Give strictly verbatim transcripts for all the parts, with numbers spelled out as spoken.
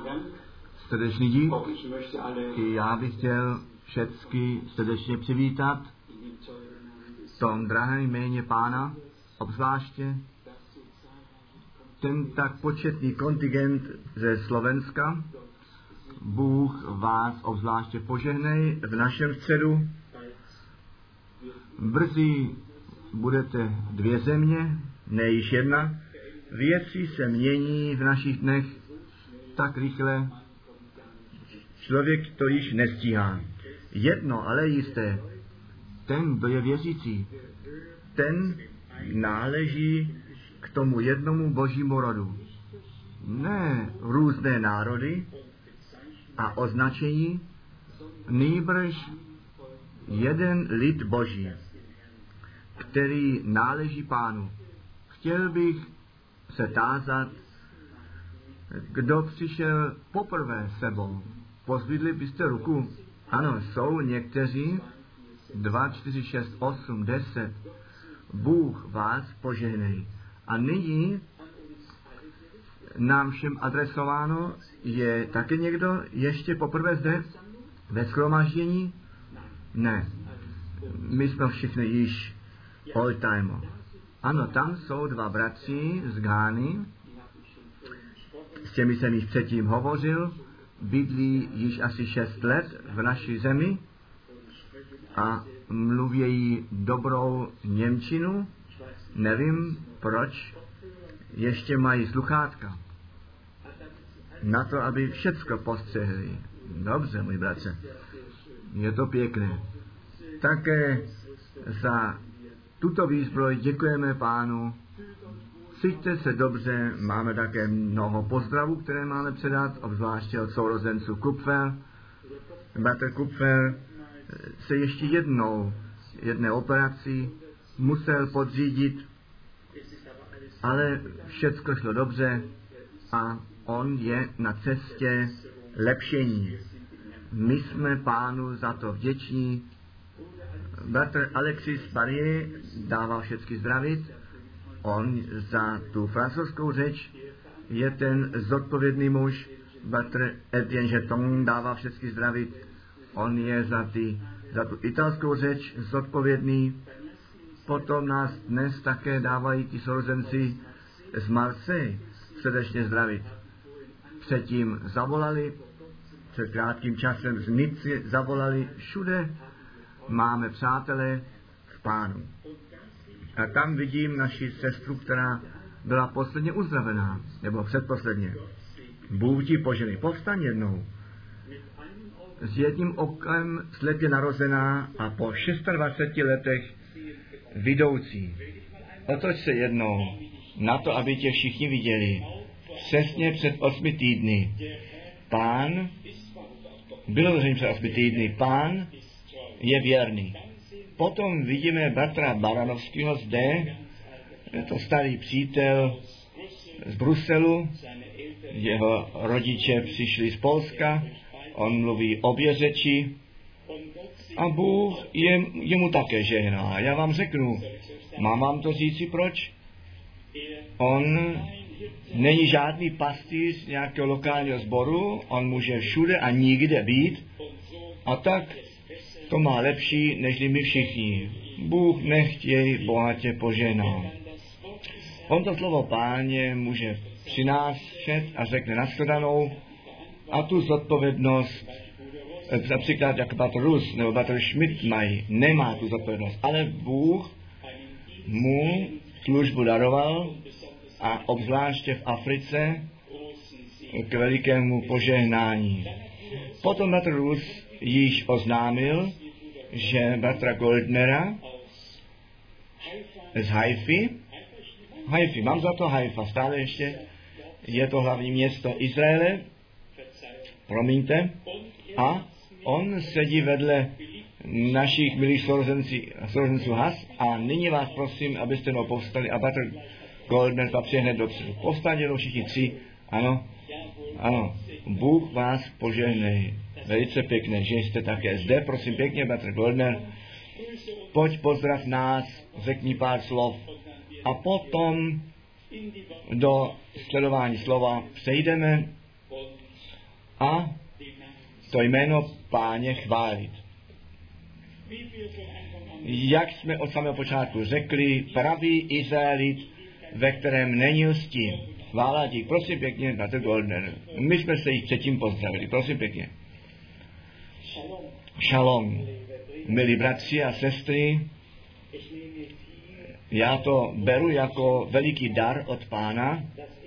Srdečný dík. I já bych chtěl všechny srdečně přivítat v tom drahém jméně Pána, obzvláště ten tak početný kontingent ze Slovenska. Bůh vás obzvláště požehnej v našem středu. Brzy budete dvě země, ne již jedna. Věci se mění v našich dnech tak rychle, člověk to již nestíhá. Jedno ale jisté, ten, kdo je věřící, ten náleží k tomu jednomu božímu rodu. Ne různé národy a označení, nýbrž jeden lid boží, který náleží Pánu. Chtěl bych se tázat, kdo přišel poprvé sebou. Pozvedli byste ruku? Ano, jsou někteří. Dva, čtyři, šest, osm, deset. Bůh vás požehnej. A nyní nám všem adresováno, je také někdo ještě poprvé zde ve shromaždění? Ne. My jsme všichni již all time. Ano, tam jsou dva bratři z Gány, s těmi jsem již předtím hovořil, bydlí již asi šest let v naší zemi a mluví dobrou němčinu. Nevím, proč ještě mají sluchátka. Na to, aby všecko postřehli. Dobře, můj bratře. Je to pěkné. Také za tuto výzbroj děkujeme Pánu. Cítíte se dobře, máme také mnoho pozdravů, které máme předat, obzvláště od sourozenců Kupfer. Bratr Kupfer se ještě jednou, jedné operaci musel podřídit, ale všecko šlo dobře a on je na cestě lepšení. My jsme Pánu za to vděční. Bratr Alexis Barrier dává všechny zdravit. On za tu francouzskou řeč je ten zodpovědný muž. Bratr Etienne Jeton dává všechny zdravit. On je za, ty, za tu italskou řeč zodpovědný. Potom nás dnes také dávají ti sourozenci z Marseille srdečně zdravit. Předtím zavolali, před krátkým časem z Nici zavolali, všude máme přátelé v Pánu. A tam vidím naši sestru, která byla posledně uzdravená, nebo předposledně. Bůh ti poženej, povstaň jednou. S jedním okem slepě narozená a po dvaceti šesti letech vidoucí. Otoč se jednou na to, aby tě všichni viděli. Přesně před osmi týdny. Pán, bylo to před osmi týdny, Pán je věrný. Potom vidíme bratra Baranovského zde, je to starý přítel z Bruselu, jeho rodiče přišli z Polska, on mluví obě řeči a Bůh je, jemu také žehná. Já vám řeknu, mám vám to říci proč? On není žádný pastýř nějakého lokálního sboru, on může všude a nikde být a tak to má lepší, než my všichni. Bůh nechtěj bohatě požená. On to slovo Páně může přinášet a řekne nashledanou a tu zodpovědnost, například jak bratr Rus nebo bratr Schmidt mají, nemá tu zodpovědnost, ale Bůh mu službu daroval a obzvláště v Africe k velikému požehnání. Potom bratr Rus již oznámil, že bratra Goldnera z Haify, Haify, mám za to Haifa, stále ještě je to hlavní město Izraele, promiňte, a on sedí vedle našich milých sourozenců Has a nyní vás prosím, abyste mnou povstali a bratr Goldner patří hned dopředu. Povstaňte jenom všichni tři, ano, ano, Bůh vás požehnej. Velice pěkné, že jste také zde, prosím pěkně, bratr Goldner, pojď pozdrav nás, řekni pár slov a potom do sledování slova přejdeme a to jméno Páně chválit. Jak jsme od samého počátku řekli, pravý Izraelit, ve kterém není lsti. Chvála dík. Prosím pěkně, na to Goldner. My jsme se jich předtím pozdravili. Prosím pěkně. Šalom. Milí bratři a sestry, já to beru jako veliký dar od Pána,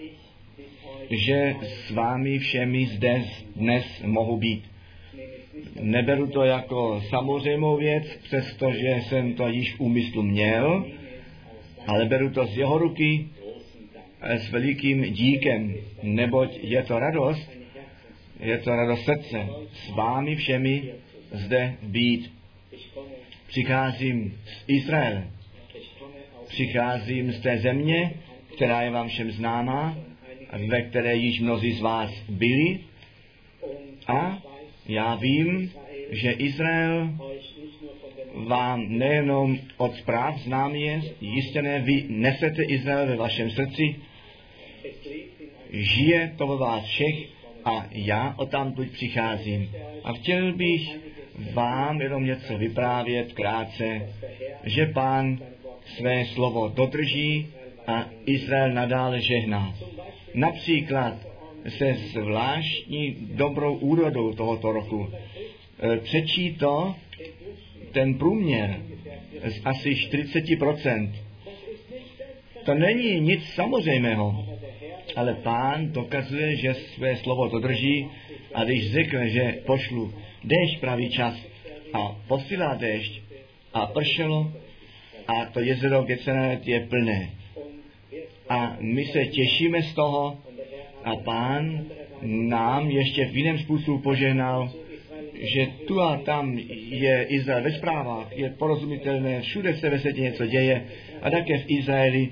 že s vámi všemi zde dnes mohu být. Neberu to jako samozřejmou věc, přestože jsem to již v úmyslu měl, ale beru to z jeho ruky s velikým díkem, neboť je to radost, je to radost srdce, s vámi všemi zde být. Přicházím z Izraele, přicházím z té země, která je vám všem známá, ve které již mnozí z vás byli, a já vím, že Izrael vám nejenom od zpráv známý je, jistě ne, vy nesete Izrael ve vašem srdci, žije to ve vás všech a já odtamtud přicházím. A chtěl bych vám jenom něco vyprávět krátce, že Pán své slovo dodrží a Izrael nadále žehná. Například se zvláštní dobrou úrodou tohoto roku přečí to ten průměr z asi čtyřicet procent. To není nic samozřejmého, ale Pán dokazuje, že své slovo dodrží, a když řekne, že pošlu déšť pravý čas a posílá déšť a pršelo a to jezero Gecenaret je plné. A my se těšíme z toho a Pán nám ještě v jiném způsobu požehnal, že tu a tam je Izrael ve zprávách, je porozumitelné, všude se ve světě něco děje a také v Izraeli.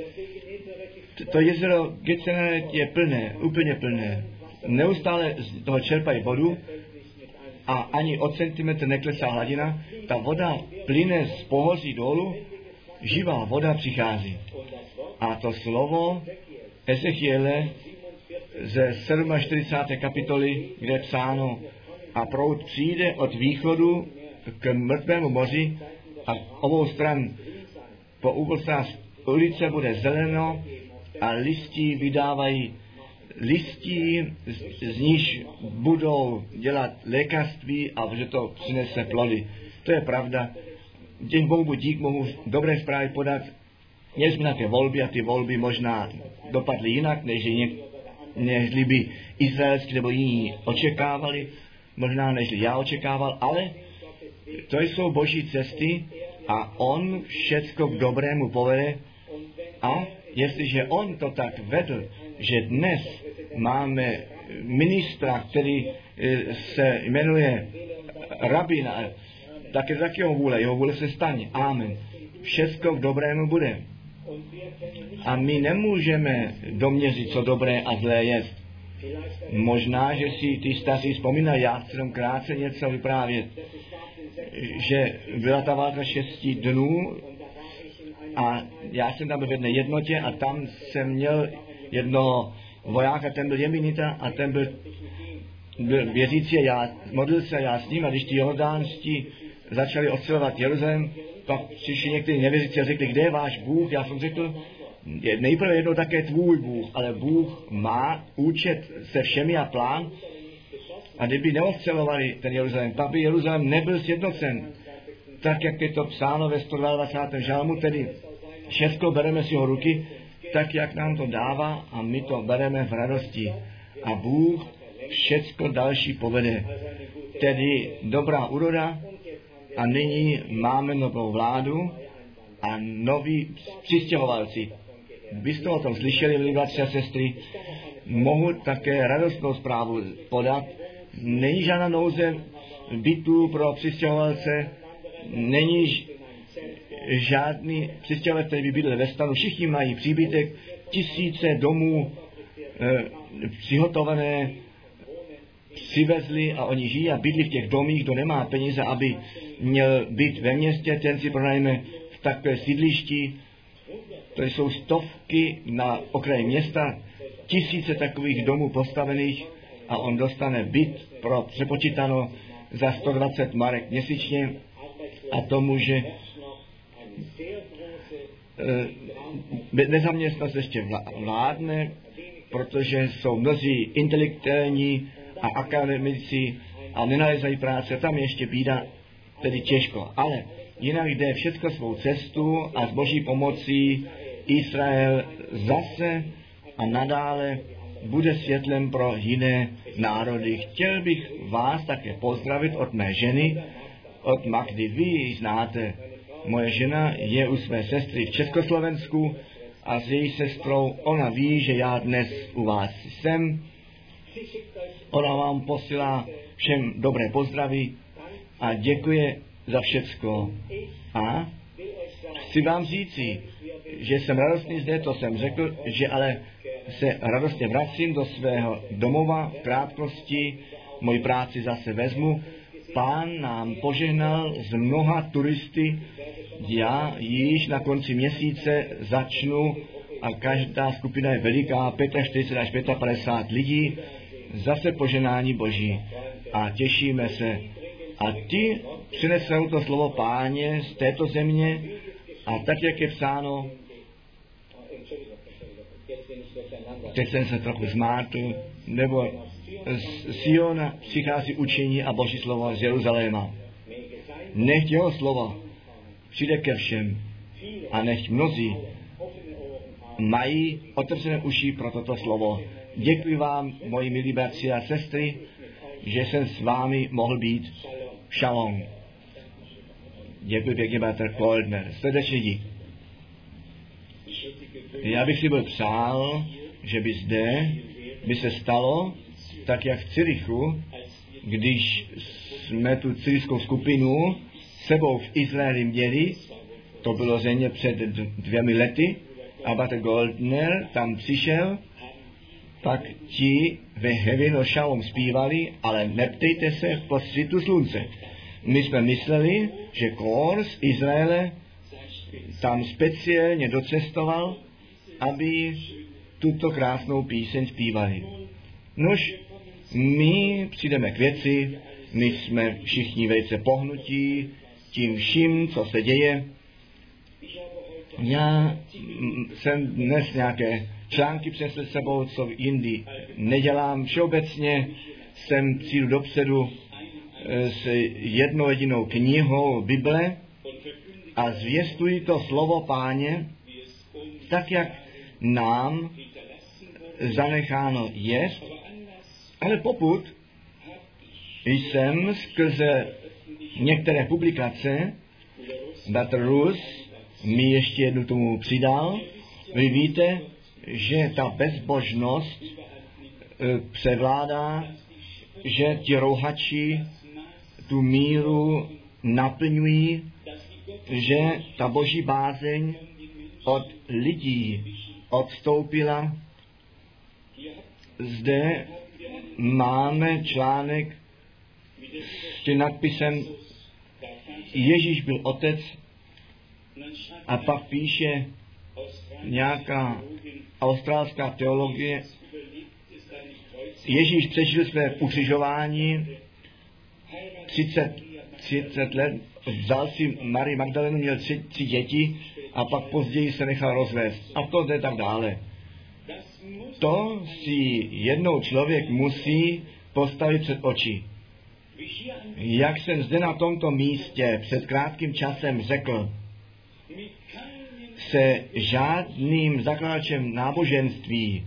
To jezero Gecenaret je plné, úplně plné. Neustále z toho čerpají vodu a ani o centimetr neklesá hladina. Ta voda plyne z pohoří dolů, živá voda přichází. A to slovo Ezechiele ze čtyřicáté sedmé kapitoly, kde je psáno, a proud přijde od východu k mrtvému moři a obou stran po úbočích ulice bude zeleno a listí vydávají listí, z, z níž budou dělat lékařství a že to přinese plody. To je pravda. Děk Bohu buď dík, mohu dobré zprávy podat. Měli jsme nějaké volby a ty volby možná dopadly jinak, než, než by izraelský nebo jiní očekávali, možná než já očekával, ale to jsou boží cesty a on všecko k dobrému povede a jestliže on to tak vedl, že dnes máme ministra, který se jmenuje rabin, tak je tak jeho vůle, jeho vůle se stane. Amen. Všecko k dobrému bude. A my nemůžeme doměřit, co dobré a zlé je. Možná, že si ty staří vzpomínají, já chci jenom krátce něco vyprávět, že byla ta válka šesti dnů a já jsem tam byl v jedné jednotě a tam jsem měl jednoho vojáka, ten byl jemenita a ten byl, byl věřící a já modlil se já s ním a když ti jordánští začali odstřelovat Jeruzalém, pak přišli někteří nevěřící a řekli, kde je váš Bůh? Já jsem řekl, je nejprve jednou také tvůj Bůh, ale Bůh má účet se všemi a plán a kdyby neodstřelovali ten Jeruzalém, pak by Jeruzalém nebyl sjednocen, tak jak je to psáno ve sto dvacátém žalmu, tedy všechno bereme z jeho ruky, tak jak nám to dává a my to bereme v radosti. A Bůh všecko další povede. Tedy dobrá úroda a nyní máme novou vládu a noví přistěhovalci. Vy jste o tom slyšeli, milí bratři a sestry, mohu také radostnou zprávu podat. Není žádná nouze bytů pro přistěhovalce, není žádný přistěhovalec, který by bydlel ve stanu. Všichni mají příbytek, tisíce domů e, přihotovené, přivezli a oni žijí a bydlí v těch domích. Kdo nemá peníze, aby měl byt ve městě, ten si pronajme v takové sídlišti. To jsou stovky na okraji města, tisíce takových domů postavených a on dostane byt pro přepočítáno za sto dvacet marek měsíčně a to může e, nezaměstnanost ještě vládne, protože jsou mnozí intelektuální a akademici a nenalezají práce, tam ještě bída, tedy těžko. Ale jinak jde všechno svou cestu a s Boží pomocí Izrael zase a nadále bude světlem pro jiné národy. Chtěl bych vás také pozdravit od mé ženy, od Magdy. Vy ji znáte. Moje žena je u své sestry v Československu a s její sestrou ona ví, že já dnes u vás jsem. Ona vám posílá všem dobré pozdravy a děkuje za všecko. A chci vám říci, že jsem radostný zde, to jsem řekl, že ale se radostně vracím do svého domova v krátkosti, moji práci zase vezmu. Pán nám požehnal z mnoha turisty, já již na konci měsíce začnu a každá skupina je veliká, čtyřicet pět až padesát pět lidí, zase poženání Boží a těšíme se. A ti přinesou to slovo Páně z této země a tak, jak je psáno, teď jsem se trochu zmátl, nebo z Siona přichází učení a Boží slovo z Jeruzaléma. Nechť jeho slovo přijde ke všem a nechť mnozí mají otevřené uši pro toto slovo. Děkuji vám, moji milí bratři a sestry, že jsem s vámi mohl být. Šalom. Děkuji pěkně, bratr Koldner. Srdečně dík. Já bych si byl přál, že by zde by se stalo, tak jak v Cirichu, když jsme tu cyrichskou skupinu sebou v Izraeli měli, to bylo zřejmě před dvěmi lety, a bratr Goldner tam přišel, tak ti ve Hevino Šalom zpívali, ale neptejte se po svitu slunce. My jsme mysleli, že kór z Izraele tam speciálně docestoval, aby tuto krásnou píseň zpívali. Nož, my přijdeme k věci, my jsme všichni velice pohnutí tím vším, co se děje. Já jsem dnes nějaké články přesl sebou, co jindy nedělám. Všeobecně jsem přijdu dopředu s jednou jedinou knihou Bible a zvěstuji to slovo Páně, tak jak nám zanecháno jest, ale pokud jsem skrze některé publikace, bratr Rus mi ještě jednu tomu přidal, vy víte, že ta bezbožnost e, převládá, že ti rouhači tu míru naplňují, že ta boží bázeň od lidí odstoupila. Zde máme článek s tím nadpisem Ježíš byl otec a pak píše nějaká australská teologie, Ježíš přežil své ukřižování třicet, třicet let, vzal si Marii Magdalenu, měl tři, tři děti a pak později se nechal rozvést. A to jde tak dále. To si jednou člověk musí postavit před oči. Jak jsem zde na tomto místě před krátkým časem řekl, se žádným zakladačem náboženství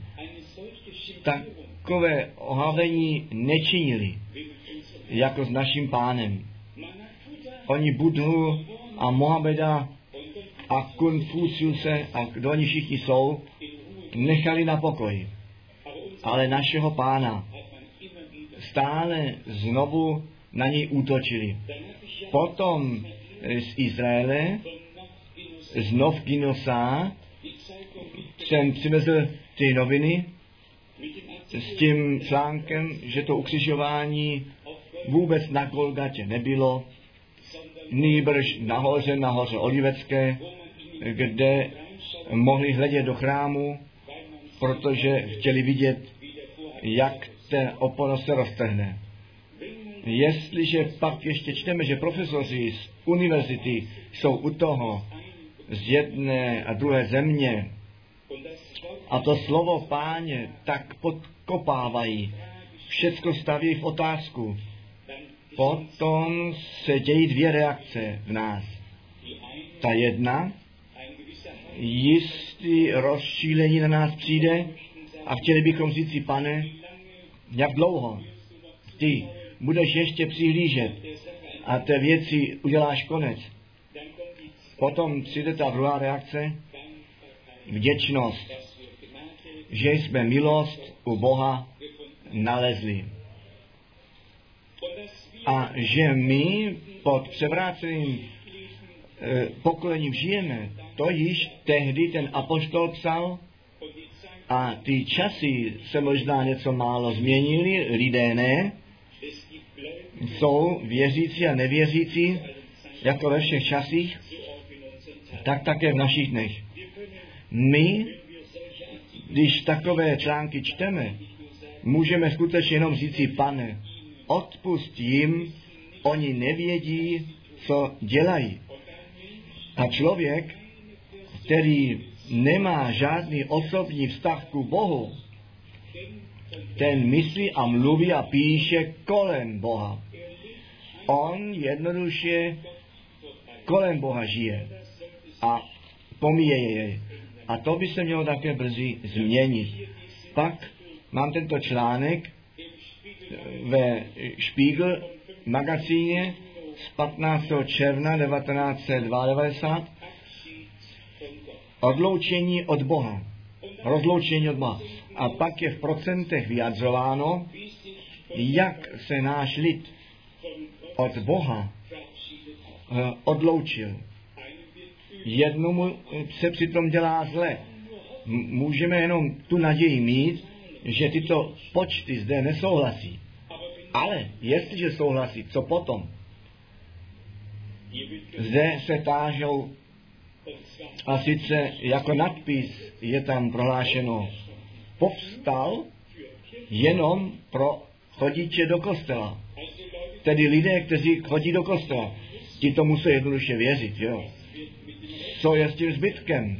takové ohavení nečinili, jako s naším Pánem. Oni Budhu a Mohameda a Konfuciuse a kdo oni všichni jsou, nechali na pokoji. Ale našeho Pána stále znovu na něj útočili. Potom z Izraele, z Novginosa, jsem přivezl ty noviny s tím článkem, že to ukřižování vůbec na Golgatě nebylo, nýbrž nahoře, nahoře Olivecké, kde mohli hledět do chrámu, protože chtěli vidět, jak ten opona se roztrhne. Jestliže pak ještě čteme, že profesoři z univerzity jsou u toho z jedné a druhé země a to slovo Páně tak podkopávají, všecko staví v otázku, potom se dějí dvě reakce v nás. Ta jedna, jistý rozčílení na nás přijde a chtěli bychom říct si, Pane, jak dlouho ty budeš ještě přihlížet a té věci uděláš konec. Potom přijde ta druhá reakce, vděčnost, že jsme milost u Boha nalezli. A že my pod převráceným e, pokolením žijeme, to již tehdy ten apoštol psal a ty časy se možná něco málo změnily, lidé ne, jsou věřící a nevěřící, jako ve všech časích, tak také v našich dnech. My, když takové články čteme, můžeme skutečně jenom říci, Pane, odpusť jim, oni nevědí, co dělají. A člověk, který nemá žádný osobní vztah k Bohu, ten myslí a mluví a píše kolem Boha. On jednoduše kolem Boha žije a pomíje jej. A to by se mělo také brzy změnit. Pak mám tento článek ve Spiegel magazíně z patnáctého června devatenáct set devadesát dva. Odloučení od Boha. Rozloučení od Boha. A pak je v procentech vyjadřováno, jak se náš lid od Boha odloučil. Jednomu se přitom dělá zle. Můžeme jenom tu naději mít, že tyto počty zde nesouhlasí. Ale jestliže souhlasí, co potom? Zde se tážou a sice jako nadpis je tam prohlášeno, povstal jenom pro chodiče do kostela. Tedy lidé, kteří chodí do kostela, ti to musí jednoduše věřit, jo. Co je s tím zbytkem?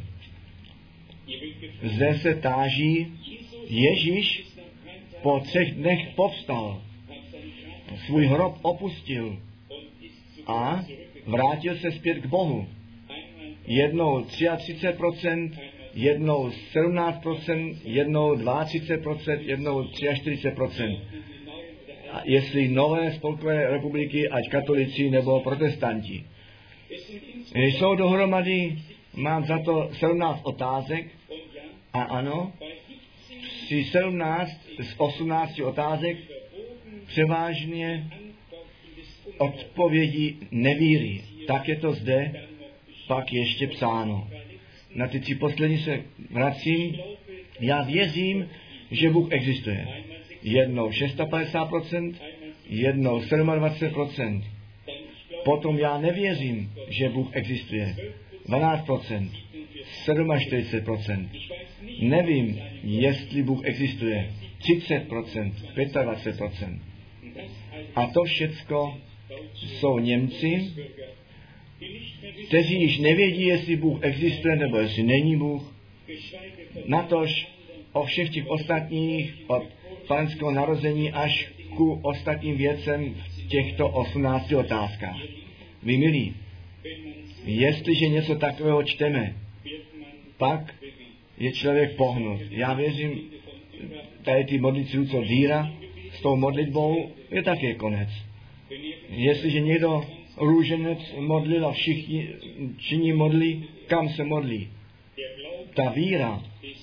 Zde se táží, Ježíš po třech dnech povstal, svůj hrob opustil a vrátil se zpět k Bohu. Jednou třicet tři procent, jednou sedmnáct procent, jednou třicet dva procent, jednou čtyřicet tři procent. A jestli nové spolkové republiky, ať katolici nebo protestanti. Jsou dohromady, mám za to sedmnáct otázek a ano, při sedmnáct z osmnácti otázek převážně odpovědi nevíry. Tak je to zde pak ještě psáno. Na ty tři poslední se vracím. Já věřím, že Bůh existuje. Jednou padesát šest procent, jednou dvacet sedm procent. Potom já nevěřím, že Bůh existuje. dvanáct procent, čtyřicet sedm procent. Nevím, jestli Bůh existuje. třicet procent, dvacet pět procent. A to všecko jsou Němci, kteří již nevědí, jestli Bůh existuje, nebo jestli není Bůh. Natož o všech těch ostatních, od panského narození až ku ostatním věcem v těchto osmnácti otázkách. Vy milí, jestliže něco takového čteme, pak je člověk pohnut. Já věřím, tady ty modlitby co víra, s tou modlitbou je také konec. Jestliže někdo růženec modlil a všichni činí modlí, kam se modlí? Ta víra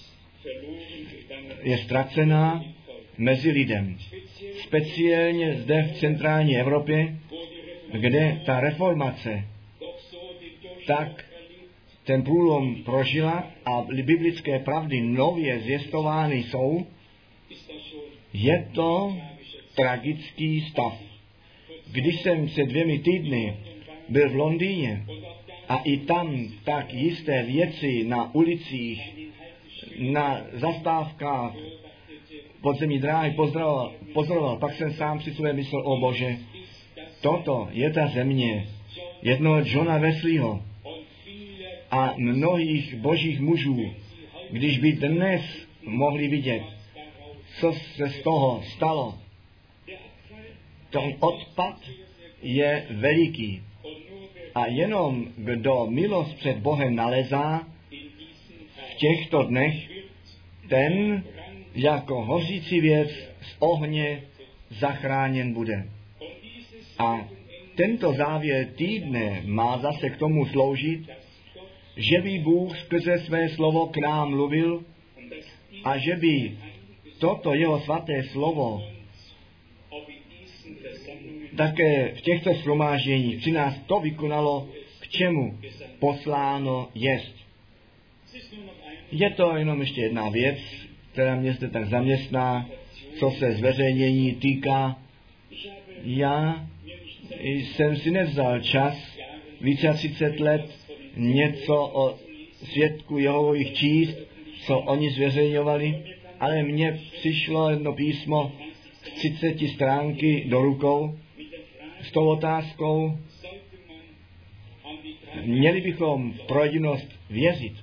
je ztracená mezi lidem. Speciálně zde v centrální Evropě, kde ta reformace tak ten průlom prožila a biblické pravdy nově zjistovány jsou, je to tragický stav. Když jsem před dvěmi týdny byl v Londýně a i tam tak jisté věci na ulicích, na zastávkách podzemní dráhy pozoroval, pozoroval, pak jsem sám při sobě myslel, o Bože, toto je ta země jednoho Johna Wesleyho a mnohých božích mužů, když by dnes mohli vidět, co se z toho stalo. Ten odpad je veliký. A jenom kdo milost před Bohem nalezá v těchto dnech, ten jako hořící věc z ohně zachráněn bude. A tento závěr týdne má zase k tomu sloužit, že by Bůh skrze své slovo k nám mluvil a že by toto jeho svaté slovo také v těchto shromážděních při nás to vykonalo, k čemu posláno jest. Je to jenom ještě jedna věc, která mě zde tak zaměstná, co se zveřejnění týká. Já jsem si nevzal čas více jak třicet let něco o svědku Jehovových číst, co oni zveřejňovali, ale mně přišlo jedno písmo z třiceti stránky do rukou s tou otázkou, měli bychom v trojedinost věřit.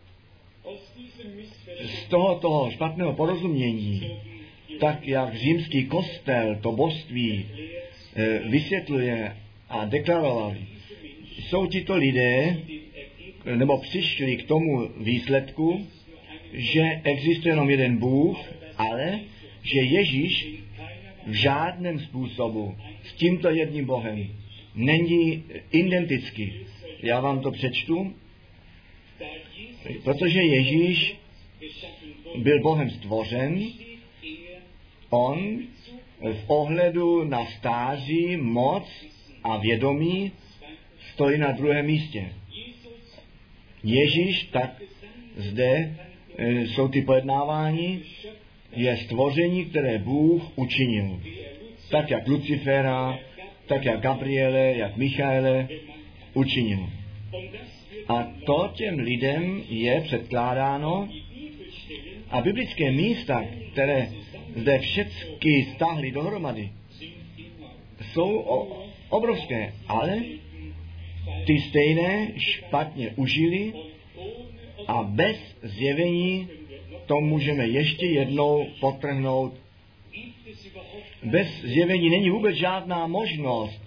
Z toho, toho špatného porozumění, tak jak římský kostel to božství e, vysvětluje a deklarovali, jsou tito lidé, nebo přišli k tomu výsledku, že existuje jenom jeden Bůh, ale že Ježíš v žádném způsobu s tímto jedním Bohem není identický. Já vám to přečtu, protože Ježíš byl Bohem stvořen, on v ohledu na stáří, moc a vědomí stojí na druhém místě. Ježíš, tak zde e, jsou ty pojednávání, je stvoření, které Bůh učinil. Tak jak Lucifera, tak jak Gabriele, jak Michaele učinil. A to těm lidem je předkládáno a biblické místa, které zde všechny stáhly dohromady, jsou o, obrovské, ale ty stejné špatně užili a bez zjevení to můžeme ještě jednou podtrhnout. Bez zjevení není vůbec žádná možnost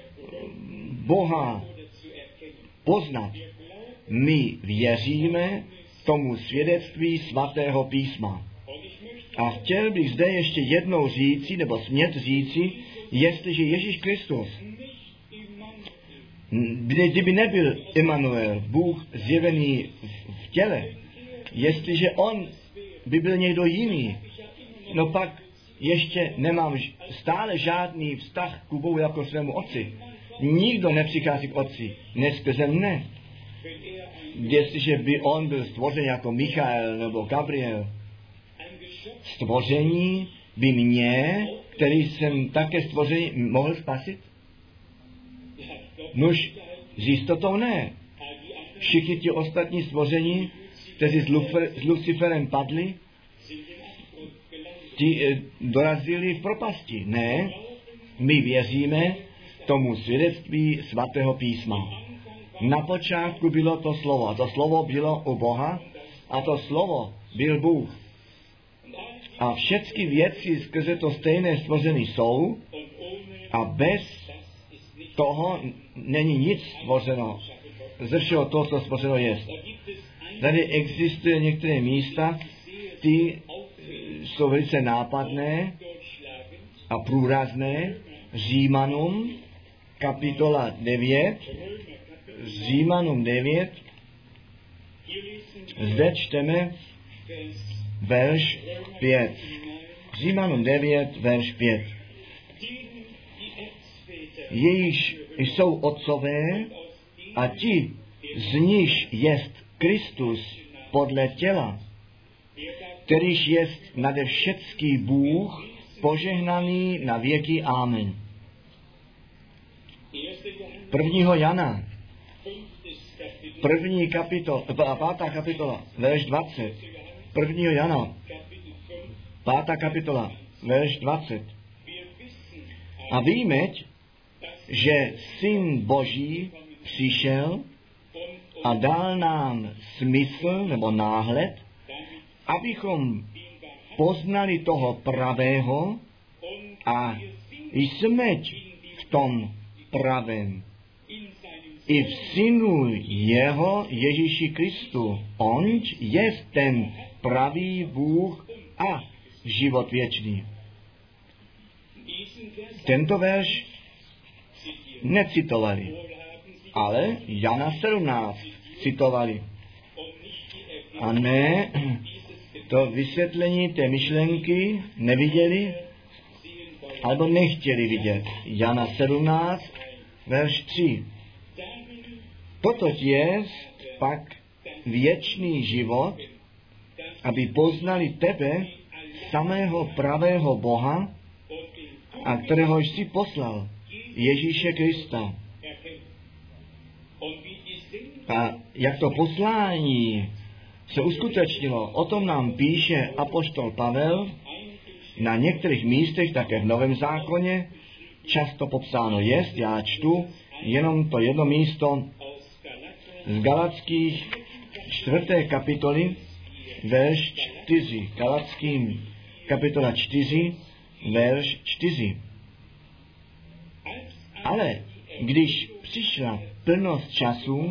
Boha poznat. My věříme tomu svědectví svatého písma. A chtěl bych zde ještě jednou říci, nebo smět říci, jestliže Ježíš Kristus, kdyby nebyl Immanuel, Bůh zjevený v těle, jestliže on by byl někdo jiný, no pak ještě nemám stále žádný vztah k Bohu jako svému otci. Nikdo nepřichází k otci, ne skrze mne. Jestliže by on byl stvořen jako Michael nebo Gabriel, stvoření by mě, který jsem také stvořený, mohl spasit? Nož, s jistotou ne. Všichni ti ostatní stvoření, kteří s, Lufer, s Luciferem padli, ti e, dorazili v propasti. Ne, my věříme tomu svědectví svatého písma. Na počátku bylo to slovo, a to slovo bylo u Boha, a to slovo byl Bůh. A všechny věci skrze to stejné stvořeny jsou a bez toho není nic stvořeno. Ze všeho toho, co stvořeno je. Tady existuje některé místa, ty jsou velice nápadné a průrazné. Římanům, kapitola devět, Římanům devět, zde čteme verš pět. Římanům devět, verš pět. Jejíž jsou otcové a ti, z níž jest Kristus podle těla, kterýž jest nade všecký Bůh, požehnaný na věky. Amen. Prvního Jana, první kapitola, pátá kapitola, verš dvacet. Prvního Jana, pátá kapitola, verš dvacet. A víme, že Syn Boží přišel a dal nám smysl nebo náhled, abychom poznali toho pravého a jsme v tom pravém. I v Synu jeho Ježíši Kristu. On je ten pravý Bůh a život věčný. Tento verš necitovali, ale Jana sedmnáct citovali. A ne to vysvětlení té myšlenky neviděli, alebo nechtěli vidět. Jana sedmnáct, verš tři. Toto je pak věčný život, aby poznali tebe, samého pravého Boha, a kterého jsi poslal, Ježíše Krista. A jak to poslání se uskutečnilo, o tom nám píše apoštol Pavel na některých místech, také v Novém zákoně, často popsáno jest, já čtu jenom to jedno místo z Galackých čtvrté kapitoly, verš čtyři. Galackým kapitola čtyři, verš čtyři. Ale když přišla plnost času,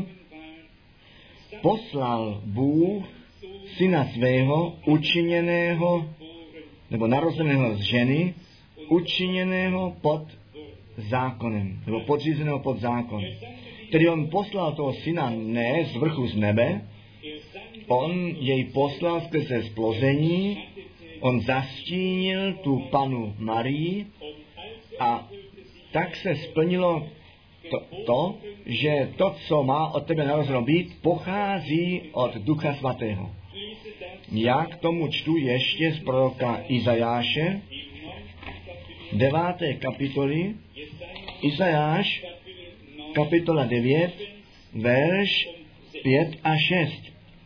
poslal Bůh Syna svého, učiněného, nebo narozeného z ženy, učiněného pod zákonem, nebo podřízeného pod zákon. Tedy on poslal toho syna ne z vrchu z nebe, on jej poslal skrze splození, on zastínil tu panu Marii a tak se splnilo to, to, že to, co má od tebe narozeno být, pochází od Ducha Svatého. Já k tomu čtu ještě z proroka Izajáše, deváté kapitoly, Izajáš, kapitola devět, verš pět a šest.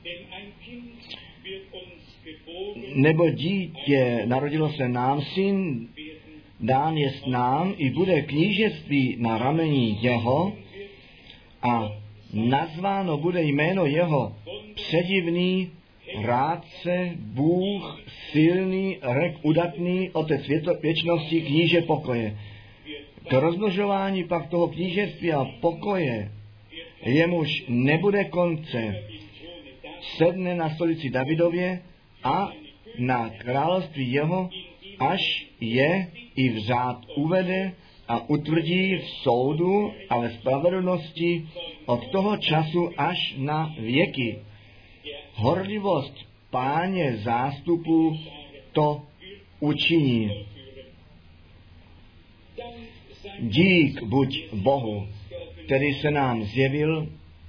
Nebo dítě narodilo se nám, syn dán jest nám, i bude knížectví na rameni jeho a nazváno bude jméno jeho předivný, rádce, Bůh, silný, rek udatný, otec věčnosti, kníže pokoje. K rozmnožování pak toho knížectví a pokoje jemuž nebude konce, sedne na stolici Davidově a na království jeho, až je i v řád uvede a utvrdí v soudu a ve spravedlnosti od toho času až na věky. Horlivost Páně zástupu to učiní. Dík buď Bohu, který se nám zjevil,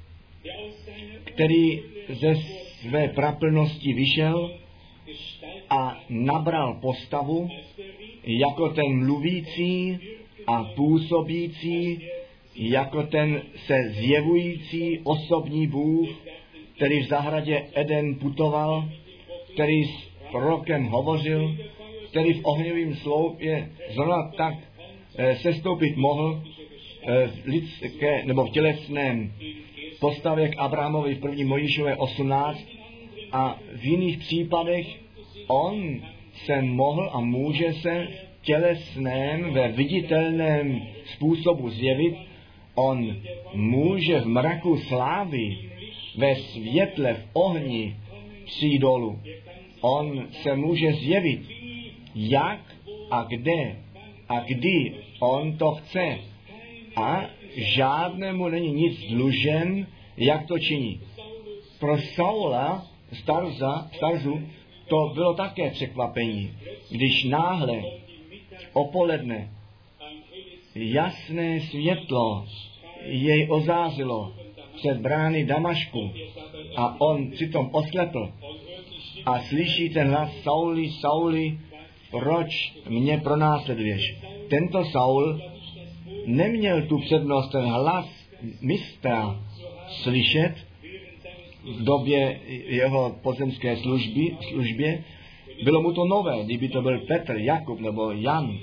který ze své praplnosti vyšel a nabral postavu jako ten mluvící a působící, jako ten se zjevující osobní Bůh, který v zahradě Eden putoval, který s prorokem hovořil, který v ohnivém sloupě zrovna tak e, sestoupit mohl e, v lidské nebo v tělesném postavě k Abrahamovi v první Mojžíšové osmnáct a v jiných případech on se mohl a může se v tělesném, ve viditelném způsobu zjevit. On může v mraku slávy, ve světle, v ohni přijít dolů. On se může zjevit, jak a kde a kdy on to chce. A žádnému není nic dlužen, jak to činí. Pro Saula, Starza, Starzu, to bylo také překvapení, když náhle opoledne jasné světlo jej ozářilo před brány Damašku a on přitom oslepl a slyší ten hlas: Sauli, Sauli, proč mě pronásleduješ? Tento Saul neměl tu přednost ten hlas mistra slyšet v době jeho pozemské služby, službě, Bylo mu to nové, kdyby to byl Petr, Jakub nebo Jan,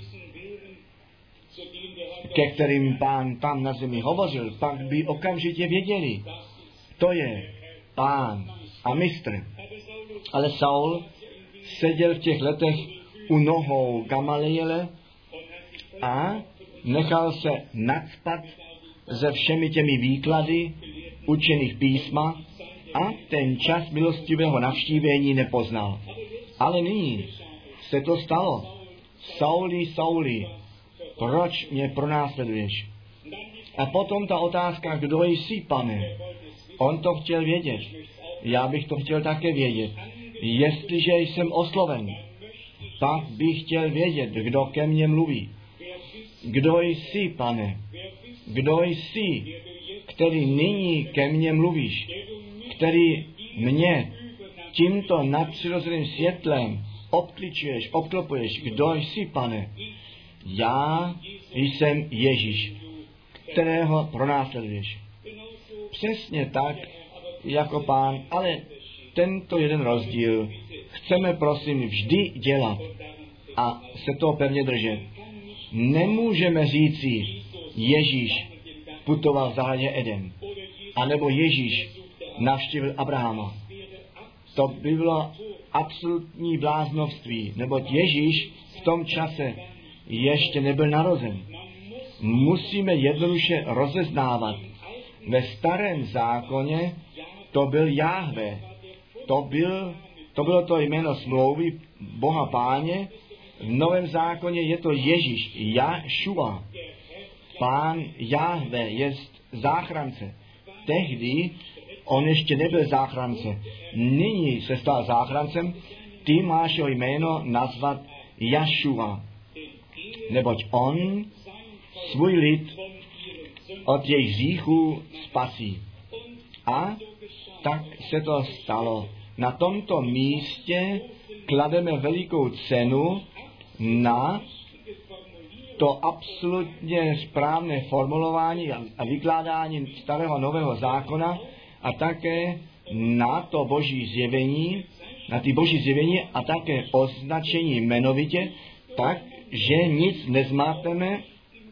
ke kterým Pán tam na zemi hovořil, pak by okamžitě věděli, to je Pán a mistr. Ale Saul seděl v těch letech u nohou Gamaliele a nechal se nacpat se všemi těmi výklady učených písma a ten čas milostivého navštívení nepoznal. Ale nyní se to stalo. Sauli, Sauli, proč mě pronásleduješ? A potom ta otázka, kdo jsi, Pane? On to chtěl vědět. Já bych to chtěl také vědět. Jestliže jsem osloven, pak bych chtěl vědět, kdo ke mně mluví. Kdo jsi, Pane? Kdo jsi, který nyní ke mně mluvíš? Který mě tímto nadpřirozeným světlem obkličuješ, obklopuješ? Kdo jsi, Pane? Já jsem Ježíš, kterého pronásleduješ. Přesně tak, jako Pán, ale tento jeden rozdíl chceme, prosím, vždy dělat a se toho pevně držet. Nemůžeme říci, Ježíš putoval v zahradě Eden, anebo Ježíš navštívil Abrahama. To by bylo absolutní bláznovství, neboť Ježíš v tom čase ještě nebyl narozen. Musíme jednoduše rozeznávat. Ve starém zákoně to byl Jahve. To, byl, to bylo to jméno smlouvy Boha Páně. V Novém zákoně je to Ježíš, Jašua. Pán Jahve je záchrance. Tehdy on ještě nebyl záchrance. Nyní se stal záchrancem. Ty máš jeho jméno nazvat Jašua. Neboť on svůj lid od jejich hříchů spasí. A tak se to stalo. Na tomto místě klademe velikou cenu na to absolutně správné formulování a vykládání starého a nového zákona a také na to boží zjevení, na ty boží zjevení a také označení jmenovitě, tak, že nic nezmáteme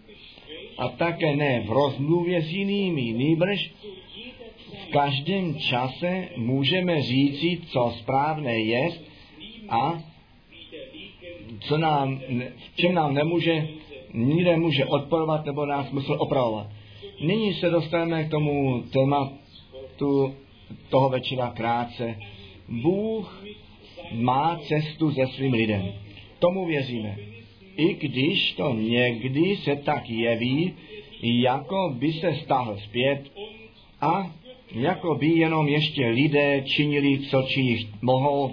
a také ne v rozmluvě s jinými, nýbrž v každém čase můžeme říci, co správné je a co nám, v čem nám nemůže, nikde může odporovat nebo nás musel opravovat. Nyní se dostaneme k tomu tématu toho večera krátce. Bůh má cestu se svým lidem. Tomu věříme. I když to někdy se tak jeví, jako by se stáhl zpět a jako by jenom ještě lidé činili, co činit mohou,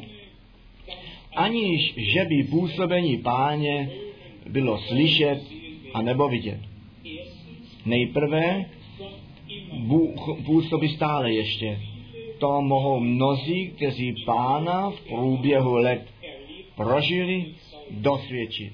aniž že by působení Páně bylo slyšet a nebo vidět. Nejprve Bůh působí stále ještě. To mohou mnozí, kteří Pána v průběhu let prožili, dosvědčit.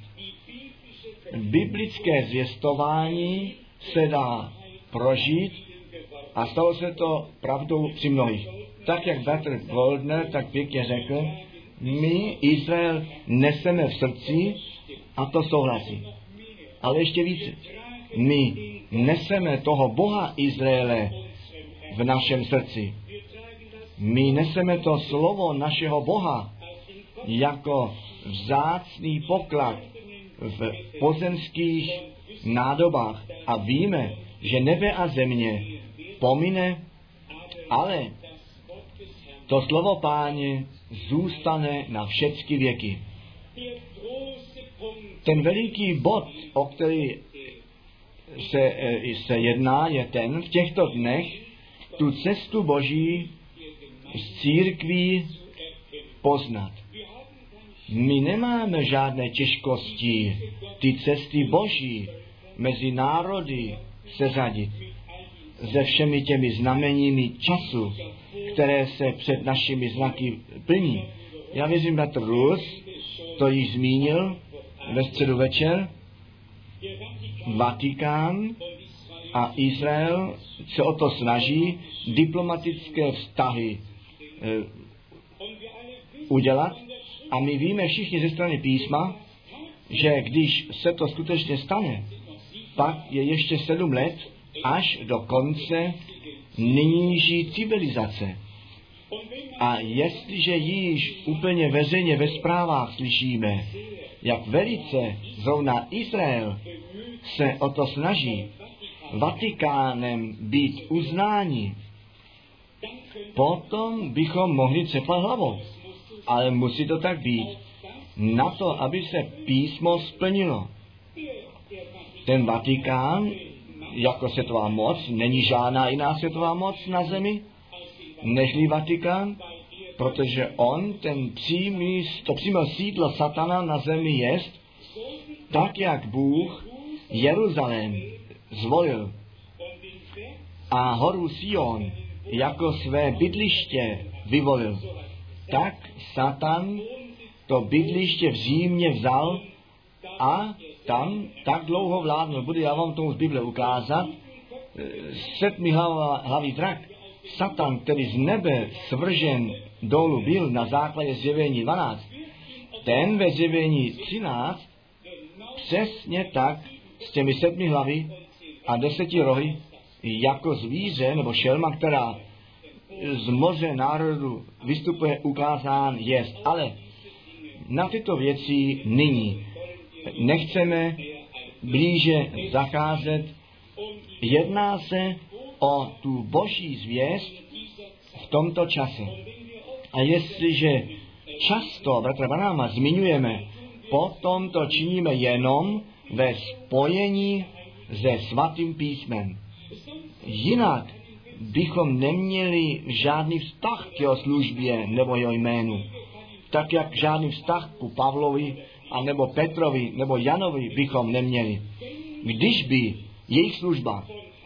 Biblické zvěstování se dá prožít a stalo se to pravdou při mnohých. Tak, jak bratr Goldner tak pěkně řekl, my, Izrael, neseme v srdci a to souhlasí. Ale ještě více. My neseme toho Boha Izraele v našem srdci. My neseme to slovo našeho Boha jako vzácný poklad v pozemských nádobách a víme, že nebe a země pomine, ale to slovo Páně zůstane na všechny věky. Ten veliký bod, o který se, se jedná, je ten v těchto dnech tu cestu Boží z církví poznat. My nemáme žádné těžkosti ty cesty Boží mezi národy seřadit se všemi těmi znameními času, které se před našimi znaky plní. Já věřím, bratr Rus to již zmínil ve středu večer. Vatikán a Izrael se o to snaží diplomatické vztahy e, udělat A my víme všichni ze strany písma, že když se to skutečně stane, pak je ještě sedm let až do konce nynější civilizace. A jestliže již úplně veřejně ve zprávách slyšíme, jak velice zrovna Izrael se o to snaží Vatikánem být uznáni, potom bychom mohli třepat hlavou. Ale musí to tak být. Na to, aby se písmo splnilo. Ten Vatikán jako světová moc, není žádná jiná světová moc na zemi, nežli Vatikán, protože on, ten přímý, to přímo sídlo satana na zemi jest, tak jak Bůh Jeruzalém zvolil a horu Sion jako své bydliště vyvolil, tak Satan to bydliště v Římě vzal a tam tak dlouho vládnul. Budu já vám tomu z Bible ukázat. Sedmi hlavý drak, Satan, který z nebe svržen dolů byl na základě zjevení dvanáct, ten ve zjevení třináct přesně tak s těmi sedmi hlavy a deseti rohy jako zvíře nebo šelma, která z moře národu vystupuje, ukázán jest. Ale na tyto věci nyní nechceme blíže zacházet. Jedná se o tu boží zvěst v tomto čase. A jestliže často bratra Branhama zmiňujeme, potom to činíme jenom ve spojení se svatým písmem. Jinak bychom neměli žádný vztah k jeho službě nebo jeho jménu. Tak jak žádný vztah ku Pavlovi, a nebo Petrovi, nebo Janovi bychom neměli. Když by jejich služba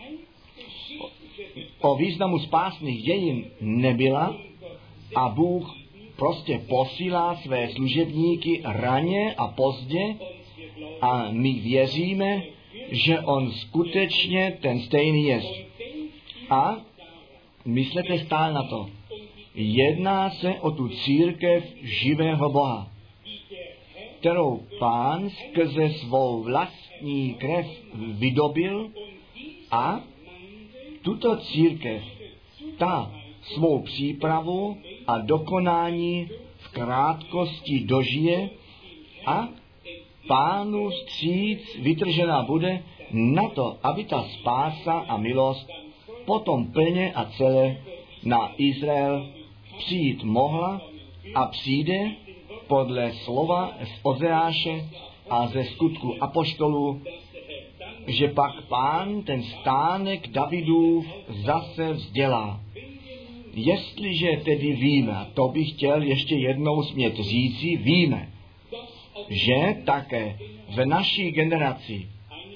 o významu spásných dějin nebyla a Bůh prostě posílá své služebníky raně a pozdě a my věříme, že on skutečně ten stejný je. A myslete stále na to. Jedná se o tu církev živého Boha, kterou Pán skrze svou vlastní krev vydobil a tuto církev, ta svou přípravu a dokonání v krátkosti dožije a Pánu vstříc vytržená bude na to, aby ta spása a milost potom plně a celé na Izrael přijít mohla a přijde podle slova z Ozeáše a ze skutku apoštolů, že pak Pán ten stánek Davidův zase vzdělá. Jestliže tedy víme, to bych chtěl ještě jednou smět říci, víme, že také v naší generaci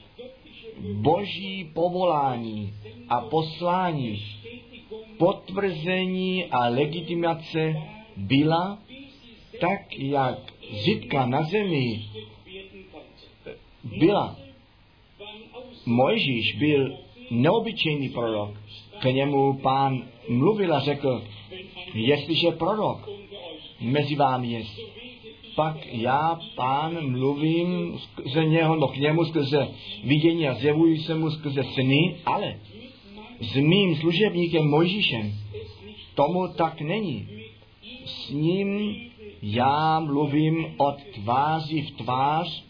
boží povolání a poslání, potvrzení a legitimace byla, tak jak řidka na zemi byla. Mojžíš byl neobyčejný prorok. K němu Pán mluvil a řekl, jestliže prorok mezi vámi je, pak já, Pán, mluvím skrze něho, no k němu skrze vidění a zjevuji se mu skrze sny, ale s mým služebníkem Mojžíšem tomu tak není. S ním já mluvím od tváří v tvář.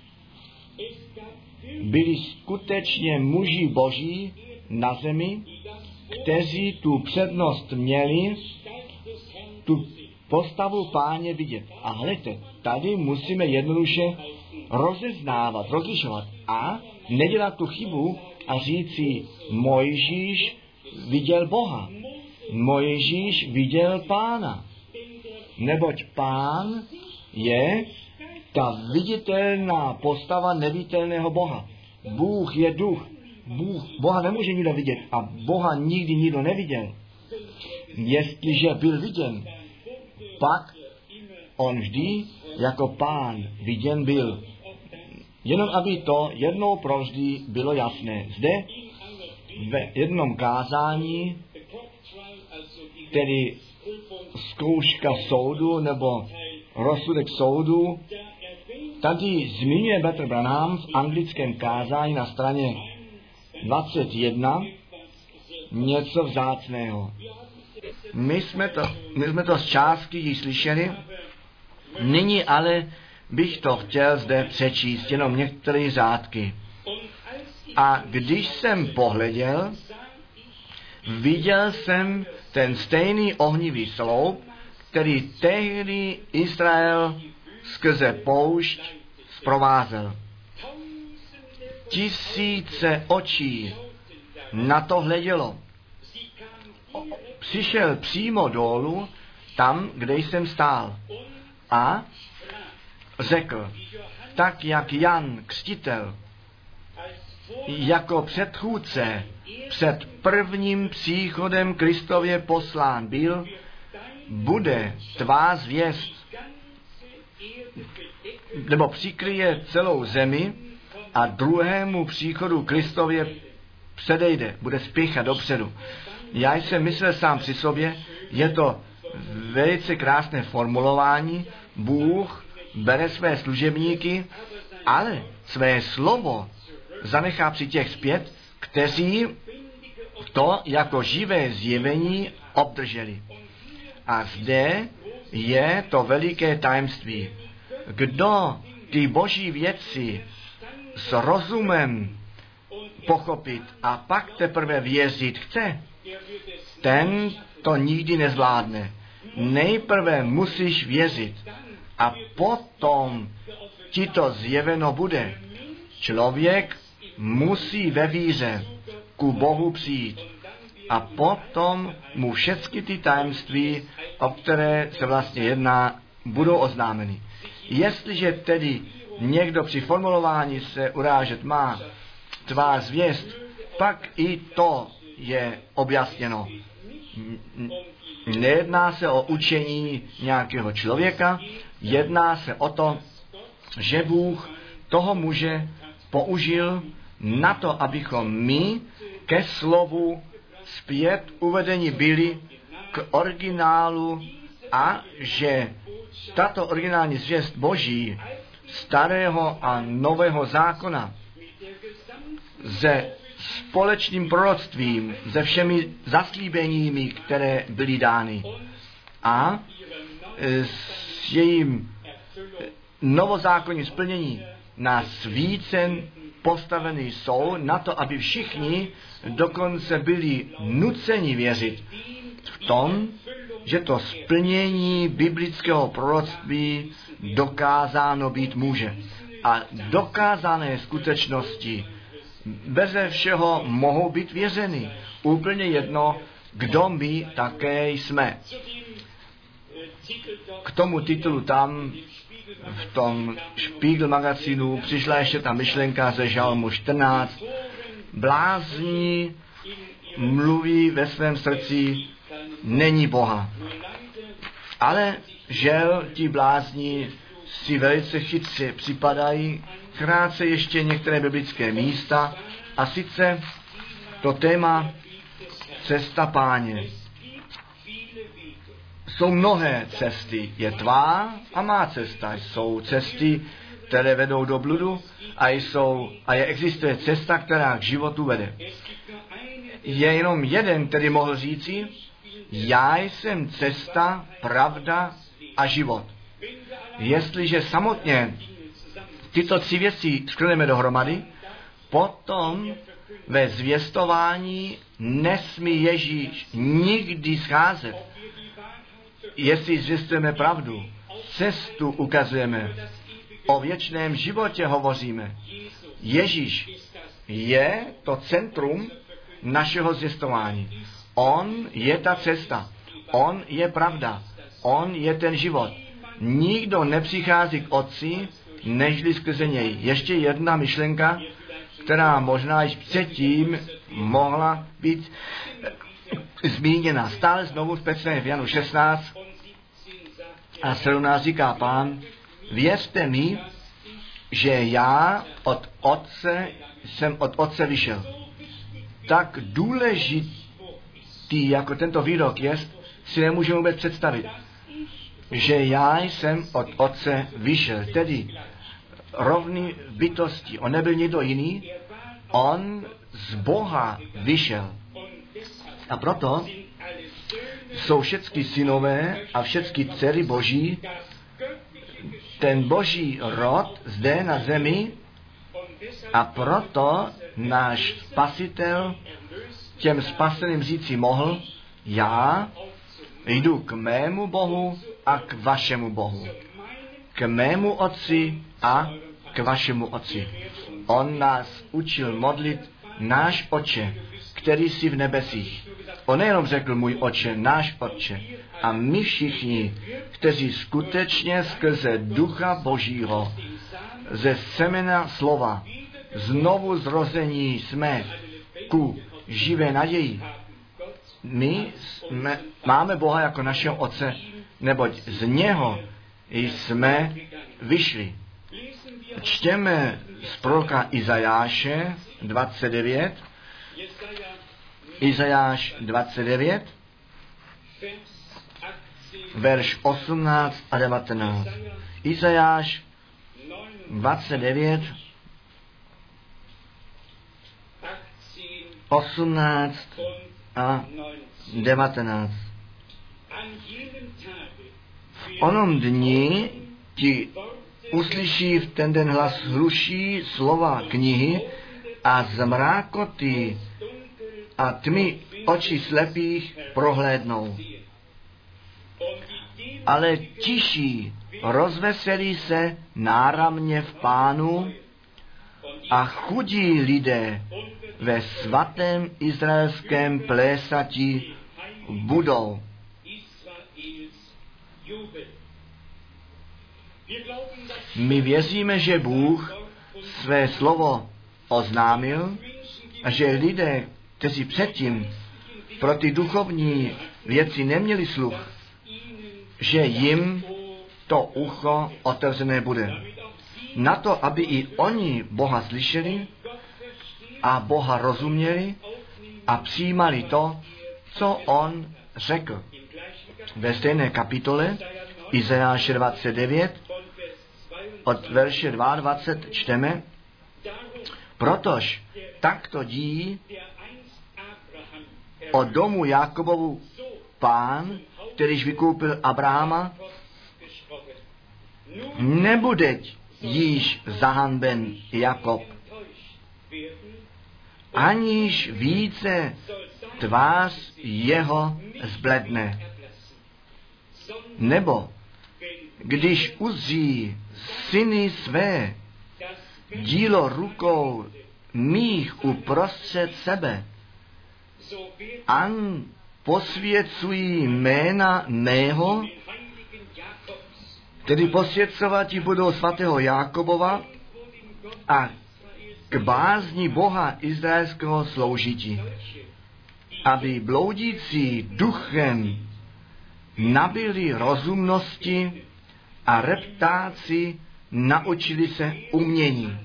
Byli skutečně muži boží na zemi, kteří tu přednost měli, tu postavu Páně vidět. A hledajte, tady musíme jednoduše rozeznávat, rozlišovat a nedělat tu chybu a říci, Mojžíš viděl Boha, Mojžíš viděl Pána, neboť Pán je ta viditelná postava neviditelného Boha. Bůh je duch. Bůh, Boha nemůže nikdo vidět a Boha nikdy nikdo neviděl. Jestliže byl viděn, pak on vždy jako Pán viděn byl. Jenom aby to jednou provždy bylo jasné. Zde v jednom kázání, tedy zkouška soudu nebo rozsudek soudu. Tady zmiňuje Bratr Branham v anglickém kázání na straně dvacet jedna něco vzácného. My jsme to, my jsme to z částky již slyšeli, nyní ale bych to chtěl zde přečíst, jenom některé řádky. A když jsem pohleděl, viděl jsem ten stejný ohnivý sloup, který tehdy Izrael skrze poušť zprovázel. Tisíce očí na to hledělo. Přišel přímo dolů, tam, kde jsem stál. A řekl, tak jak Jan Křtitel jako předchůdce před prvním příchodem Kristově poslán byl, bude tvá zvěst, nebo přikryje celou zemi a druhému příchodu Kristově předejde, bude spěchat dopředu. Já jsem myslel sám při sobě, je to velice krásné formulování, Bůh bere své služebníky, ale své slovo zanechá při těch zpět, kteří to jako živé zjevení obdrželi. A zde je to veliké tajemství. Kdo ty boží věci s rozumem pochopit a pak teprve věřit chce, ten to nikdy nezvládne. Nejprve musíš věřit a potom ti to zjeveno bude. Člověk musí ve víře ku Bohu přijít a potom mu všechny ty tajemství, o které se vlastně jedná, budou oznámeny. Jestliže tedy někdo při formulování se urážet má tvá zvěst, pak i to je objasněno. Nejedná se o učení nějakého člověka, jedná se o to, že Bůh toho muže použil na to, abychom my ke slovu zpět uvedeni byli k originálu a že tato originální zvěst Boží starého a nového zákona se společným proroctvím, se všemi zaslíbeními, které byly dány a s jejím novozákonním splnění nás více postaveny jsou na to, aby všichni dokonce byli nuceni věřit v tom, že to splnění biblického proroctví dokázáno být může. A dokázané skutečnosti beze všeho mohou být věřeny. Úplně jedno, kdo my také jsme. K tomu titulu tam v tom Spiegel magazínu přišla ještě ta myšlenka ze Žalmu čtrnáct. Blázni mluví ve svém srdci, není Boha. Ale žel ti blázni si velice chytře připadají, krátce ještě některé biblické místa, a sice to téma cesta Páně. Jsou mnohé cesty, je tvá a má cesta. Jsou cesty, které vedou do bludu a, jsou, a je, existuje cesta, která k životu vede. Je jenom jeden, který mohl říci, já jsem cesta, pravda a život. Jestliže samotně tyto tři věci skleneme dohromady, potom ve zvěstování nesmí Ježíš nikdy scházet. Jestli zvěstujeme pravdu, cestu ukazujeme, o věčném životě hovoříme. Ježíš je to centrum našeho zvěstování. On je ta cesta. On je pravda. On je ten život. Nikdo nepřichází k Otci, nežli skrze něj. Ještě jedna myšlenka, která možná již předtím mohla být zmíněna. Stále znovu speciálně v Janu šestnáct a sedmnáct říká Pán, věřte mi, že já od Otce jsem od Otce vyšel. Tak důležitý, jako tento výrok je, si nemůžeme vůbec představit. že já jsem od Otce vyšel, tedy rovný bytosti. On nebyl někdo jiný, on z Boha vyšel. A proto jsou všechny synové a všechny dcery Boží, ten Boží rod zde na zemi, a proto náš Spasitel těm spaseným říci mohl, já jdu k mému Bohu a k vašemu Bohu, k mému Otci a k vašemu Otci. On nás učil modlit, náš Otče, který jsi v nebesích. On nejenom řekl můj Otče, náš Otče. A my všichni, kteří skutečně skrze Ducha Božího, ze semena slova, znovu zrození jsme ku živé naději. My jsme, máme Boha jako našeho Otce, neboť z něho jsme vyšli. Čtěme z proroka Izajáše dvacet devět, Izajáš dvacet devět, verš osmnáct a devatenáct. Izajáš dvacet devět, osmnáct a devatenáct. V onom dni ti uslyší v ten den hlas hluší slova knihy a z mrákoty a tmy oči slepých prohlédnou. Ale tiší rozveselí se náramně v Pánu a chudí lidé ve svatém izraelském plésati budou. My věříme, že Bůh své slovo oznámil a že lidé, kteří předtím pro ty duchovní věci neměli sluch, že jim to ucho otevřené bude. Na to, aby i oni Boha slyšeli a Boha rozuměli a přijímali to, co on řekl. Ve stejné kapitole Izajáše dvacet devět od verše dvacet dva čteme, protož takto dí o domu Jakobovu Pán, kterýž vykoupil Abrahama, nebudeť již zahanben Jakob, aniž více tvář jeho zbledne. Nebo když uzří syny své dílo rukou mých uprostřed sebe, an posvěcují jména mého, tedy posvěcovati budou svatého Jákobova a k bázni Boha izraelského sloužití, aby bloudící duchem nabili rozumnosti a reptáci naučili se umění.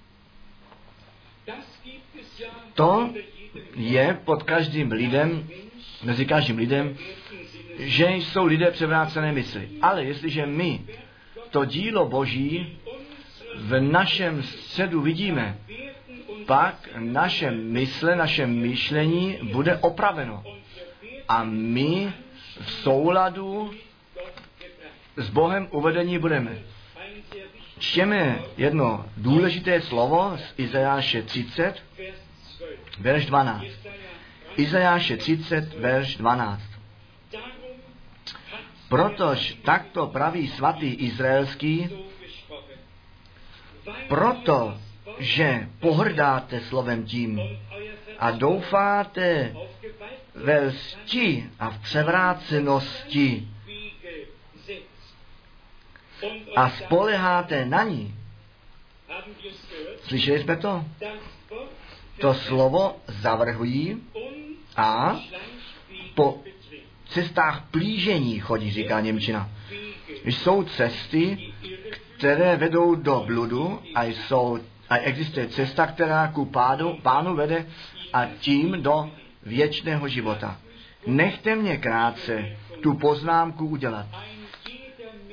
To je pod každým lidem, mezi každým lidem, že jsou lidé převrácené mysli. Ale jestliže my to dílo Boží v našem středu vidíme, pak naše mysle, naše myšlení bude opraveno. A my v souladu s Bohem uvedení budeme. Čtěme jedno důležité slovo z Izajáše třicet, verš dvanáct. Izajáše třicet, verš dvanáct. Protož takto praví svatý izraelský, proto, že pohrdáte slovem tím a doufáte ve lsti a v převrácenosti a spoleháte na ní. Slyšeli jsme to? To slovo zavrhují a po cestách plížení chodí, říká němčina. Jsou cesty, které vedou do bludu a, jsou, a existuje cesta, která ku pádu, pánu vede a tím do věčného života. Nechte mě krátce tu poznámku udělat.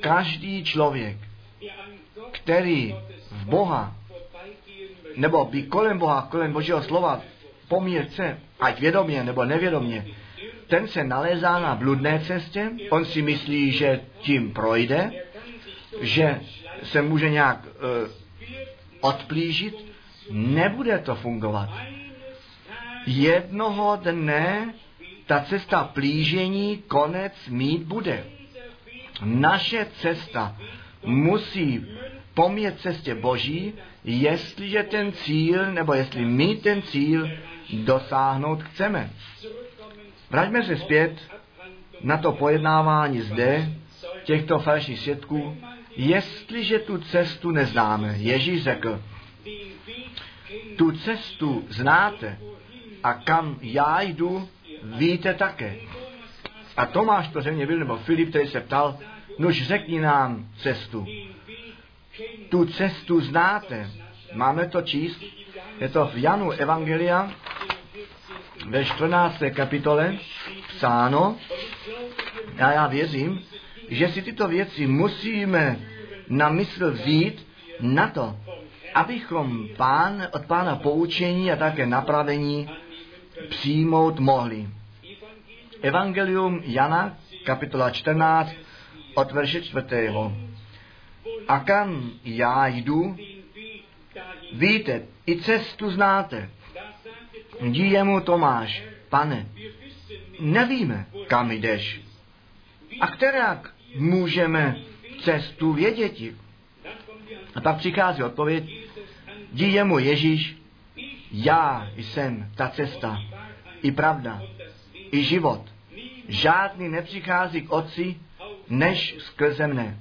každý člověk, který v Boha, nebo by kolem Boha, kolem Božího slova pomíjet chce, ať vědomě nebo nevědomě, ten se nalézá na bludné cestě, on si myslí, že tím projde, že se může nějak uh, odplížit, nebude to fungovat. Jednoho dne ta cesta plížení konec mít bude. Naše cesta musí pomět cestě Boží, jestliže ten cíl, nebo jestli my ten cíl dosáhnout chceme. Vraťme se zpět na to pojednávání zde, těchto falešných svědků, jestliže tu cestu neznáme. Ježíš řekl, tu cestu znáte a kam já jdu, víte také. A Tomáš to země byl, nebo Filip, který se ptal, nož řekni nám cestu. Tu cestu znáte. Máme to číst. Je to v Janu Evangelia ve čtrnácté kapitole psáno. A já věřím, že si tyto věci musíme na mysl vzít na to, abychom pán, od pána poučení a také napravení přijmout mohli. Evangelium Jana, kapitola čtrnáct, od verše čtvrtého. A kam já jdu, víte, i cestu znáte. Dí jemu Tomáš, pane, nevíme, kam jdeš. A kterak můžeme cestu věděti? A pak přichází odpověď, dí jemu Ježíš, já jsem ta cesta, i pravda, i život. Žádný nepřichází k Otci, než skrze mne.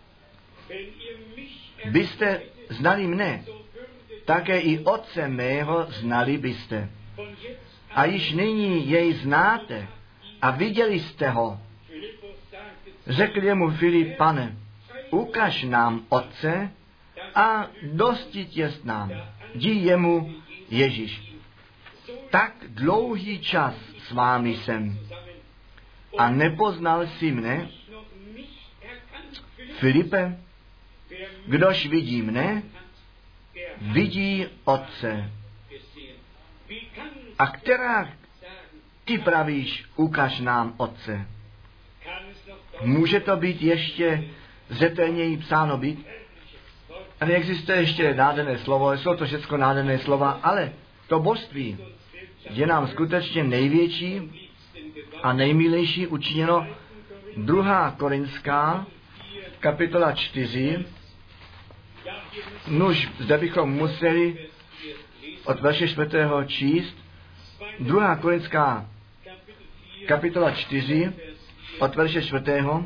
Byste znali mne, také i Otce mého znali byste. A již nyní jej znáte a viděli jste ho. Řekl jemu Filip, pane, ukaž nám Otce a dosti jest nám. Dí jemu Ježíš. Tak dlouhý čas s vámi jsem a nepoznal jsi mne? Filipe, kdož vidí mne, vidí Otce. A která ty pravíš, ukaž nám Otce. Může to být ještě zřetelněji psáno být? Neexistuje ještě nádherné slovo, jsou to všechno nádherné slova, ale to božství je nám skutečně největší a nejmilejší učiněno. Druhá Korintská, kapitola čtyři. Nuž, zde bychom museli od verše čtvrtého číst. Druhá Korintská, kapitola čtyři, od verše čtvrtého.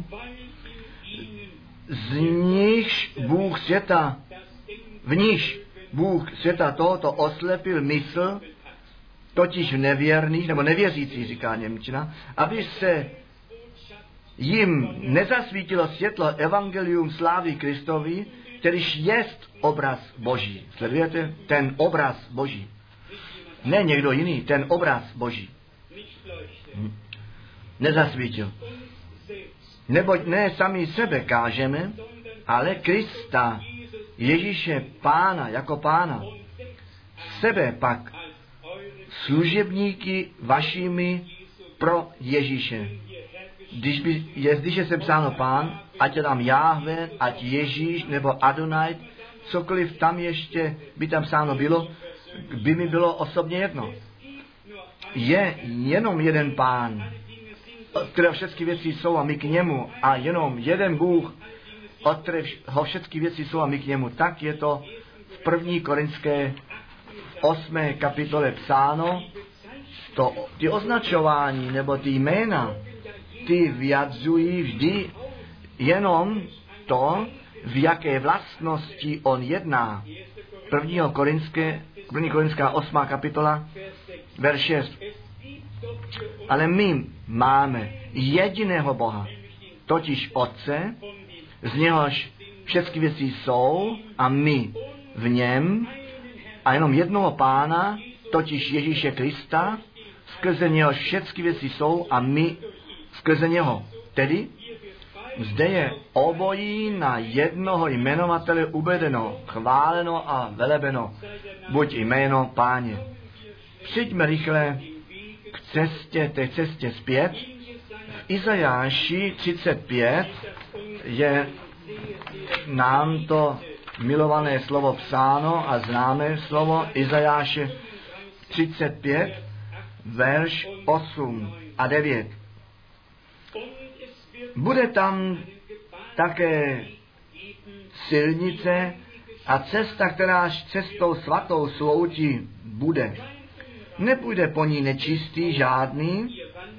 Z nichž Bůh světa, v níž Bůh světa tohoto oslepil mysl, totiž v nevěrných, nebo nevěřící, říká němčina, aby se jim nezasvítilo světlo evangelium slávy Kristovi, kterýž jest obraz Boží. Sledujete? Ten obraz Boží. Ne někdo jiný, ten obraz Boží. Hm. Nezasvítil. Neboť ne sami sebe kážeme, ale Krista, Ježíše Pána, jako Pána. Sebe pak služebníky vašimi pro Ježíše. Když by, jestliže se psáno Pán, ať je tam Jahve, ať Ježíš nebo Adonai, cokoliv tam ještě by tam psáno bylo, by mi bylo osobně jedno. Je jenom jeden Pán, od kterého všechny věci jsou a my k němu, a jenom jeden Bůh, od kterého všechny věci jsou a my k němu. Tak je to v první Korinské osmé kapitole psáno. To, ty označování nebo ty jména, ty vyjadřují vždy jenom to, v jaké vlastnosti on jedná. Prvního Korinské, první Korinská osmá kapitola, verš šest. Ale my máme jediného Boha, totiž Otce, z něhož všechny věci jsou a my v něm, a jenom jednoho Pána, totiž Ježíše Krista, skrze něhož všechny věci jsou a my skrze něho. Tedy Zde je obojí na jednoho jmenovatele uvedeno, chváleno a velebeno, buď jméno Páně. Přijďme rychle k cestě, té cestě zpět. V Izajáši třicet pět je nám to milované slovo psáno a známé slovo Izajáše třicet pět, verš osm a devět. Bude tam také silnice a cesta, která cestou svatou slouti bude. Nepůjde po ní nečistý žádný,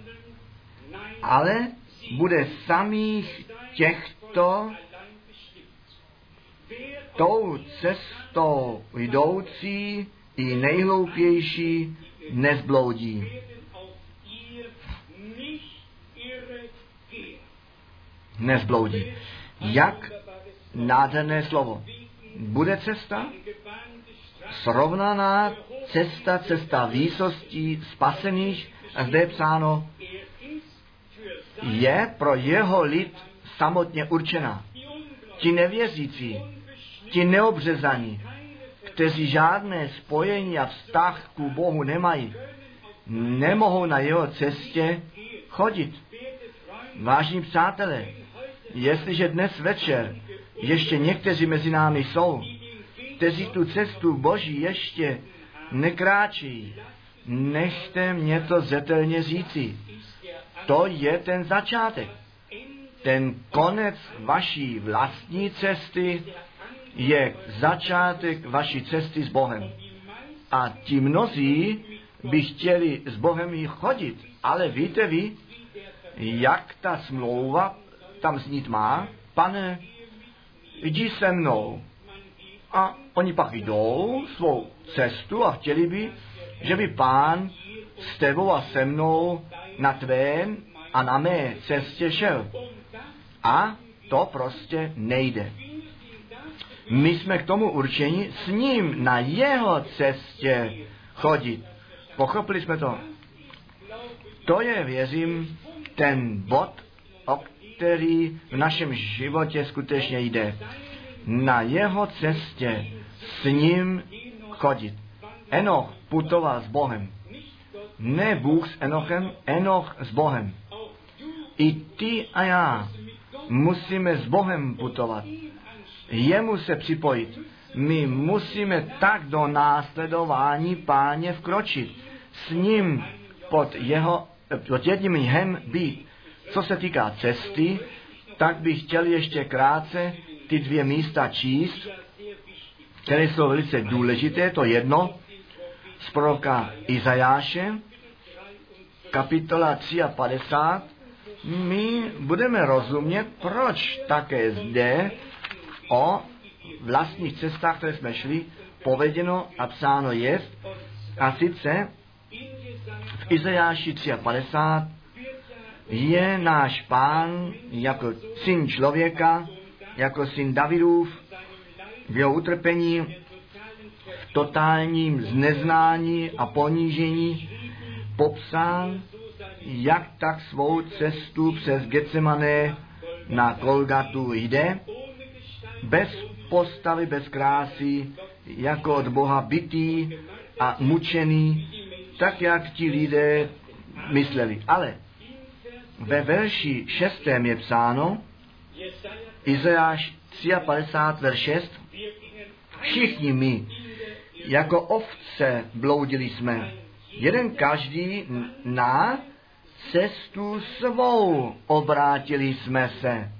ale bude samých těchto tou cestou jdoucí i nejhloupější nezbloudí. Nezbloudí. Jak nádherné slovo. Bude cesta, srovnaná cesta, cesta výsostí spasených, a zde je psáno, je pro jeho lid samotně určena. Ti nevěřící, ti neobřezaní, kteří žádné spojení a vztah ku Bohu nemají, nemohou na jeho cestě chodit. Vážení přátelé, jestliže dnes večer ještě někteří mezi námi jsou, kteří tu cestu Boží ještě nekráčí, nechte mě to zřetelně říci. To je ten začátek. Ten konec vaší vlastní cesty je začátek vaší cesty s Bohem. A ti mnozí by chtěli s Bohem i chodit, ale víte vy, jak ta smlouva tam znít má? Pane, jdi se mnou. A oni pak jdou svou cestu a chtěli by, že by Pán s tebou a se mnou na tvém a na mé cestě šel. A to prostě nejde. My jsme k tomu určeni s ním na jeho cestě chodit. Pochopili jsme to? To je, věřím, ten bod, o který v našem životě skutečně jde. Na jeho cestě s ním chodit. Enoch putoval s Bohem. Ne Bůh s Enochem, Enoch s Bohem. I ty a já musíme s Bohem putovat. Jemu se připojit. My musíme tak do následování Páně vkročit. S ním pod jeho, pod jedním jhem být. Co se týká cesty, tak bych chtěl ještě krátce ty dvě místa číst, které jsou velice důležité. To jedno z proroka Izajáše, kapitola padesát tři. My budeme rozumět, proč také zde o vlastních cestách, které jsme šli, povedeno a psáno je, a sice v Izajáši padesát tři je náš Pán jako syn člověka, jako syn Davidův, v jeho utrpení, v totálním zneznání a ponížení popsán, jak tak svou cestu přes Getsemane na Golgatu jde, bez postavy, bez krásy, jako od Boha bitý a mučený, tak jak ti lidé mysleli. Ale ve verši šestém je psáno, Izajáš padesát tři, verš šest, všichni my, jako ovce bloudili jsme, jeden každý na cestu svou obrátili jsme se.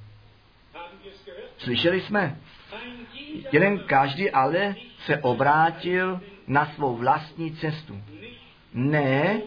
Slyšeli jsme? Jeden každý ale se obrátil na svou vlastní cestu. Ne,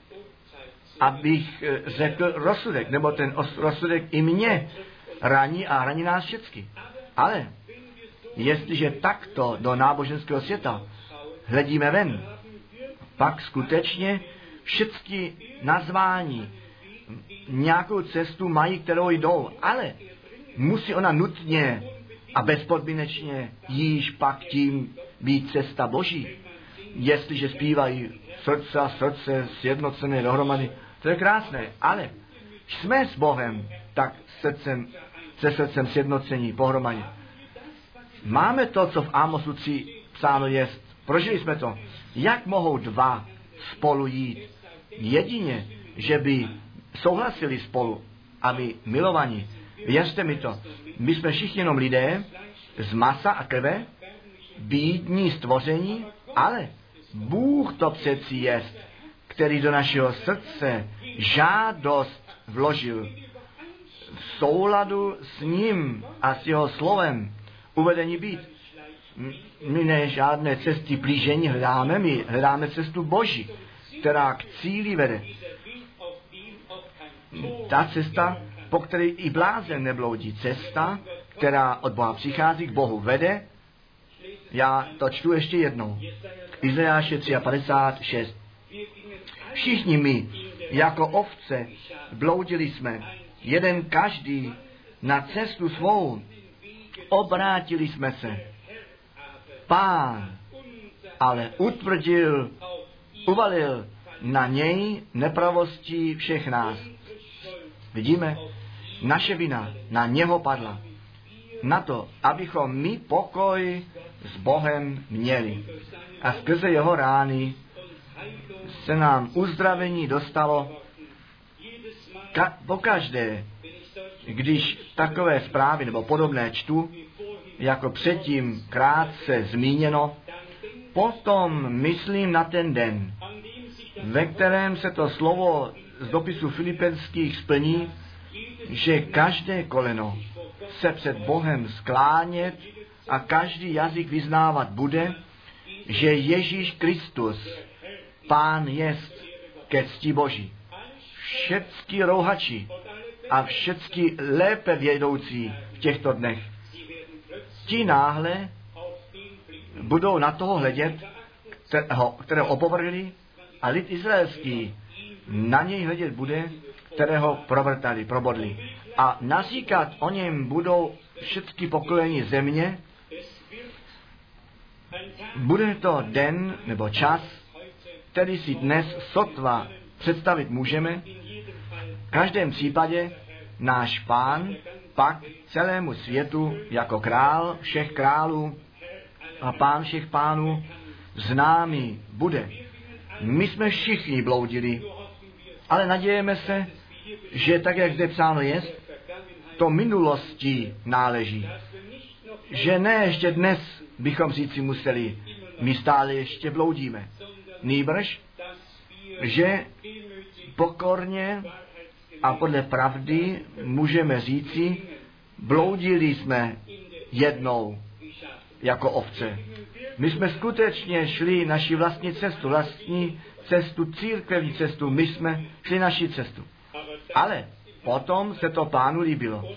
abych řekl rozsudek, nebo ten rozsudek i mě raní a raní nás všechny. Ale jestliže takto do náboženského světa hledíme ven, pak skutečně všechny nazvání nějakou cestu mají, kterou jdou, ale musí ona nutně a bezpodmínečně již pak tím být cesta Boží. Jestliže zpívají srdce a srdce sjednocené dohromady, to je krásné, ale jsme s Bohem, tak srdcem se srdcem sjednocení pohromadě. Máme to, co v Ámosu tři psáno jest. Prožili jsme to. Jak mohou dva spolu jít? Jedině, že by souhlasili spolu, aby milovaní. Věřte mi to. My jsme všichni jenom lidé z masa a krve, bídní stvoření, ale Bůh to přeci jest, který do našeho srdce žádost vložil v souladu s ním a s jeho slovem uvedení být. My ne žádné cesty plížení hledáme, my hledáme cestu Boží, která k cíli vede. Ta cesta, po které i blázen nebloudí, cesta, která od Boha přichází, k Bohu vede. Já to čtu ještě jednou. Izajáše padesát tři šest. Všichni my, jako ovce, bloudili jsme, jeden každý na cestu svou, obrátili jsme se. Pán ale utvrdil, uvalil na něj nepravostí všech nás. Vidíme, naše vina na něho padla. Na to, abychom my pokoj s Bohem měli. A skrze jeho rány se nám uzdravení dostalo. Ka- pokaždé, když takové zprávy nebo podobné čtu, jako předtím krátce zmíněno, potom myslím na ten den, ve kterém se to slovo z dopisu Filipenských splní, že každé koleno se před Bohem sklánět a každý jazyk vyznávat bude, že Ježíš Kristus, Pán jest ke cti Boží. Všetky rouhači a všetky lépe vědoucí v těchto dnech, ti náhle budou na toho hledět, kterého, kterého opovrhli, a lid izraelský na něj hledět bude, kterého provrtali, probodli. A naříkat o něm budou všechny pokolení země. Bude to den nebo čas, který si dnes sotva představit můžeme. V každém případě náš Pán pak celému světu jako král všech králů a Pán všech pánů známý bude. My jsme všichni bloudili, ale nadějeme se, že tak, jak zde psáno jest, to minulosti náleží. Že ne ještě dnes bychom říci museli, my stále ještě bloudíme. Nýbrž, že pokorně a podle pravdy můžeme říci, bloudili jsme jednou jako ovce. My jsme skutečně šli naši vlastní cestu, vlastní cestu, církevní cestu, my jsme šli naši cestu. Ale potom se to Pánu líbilo.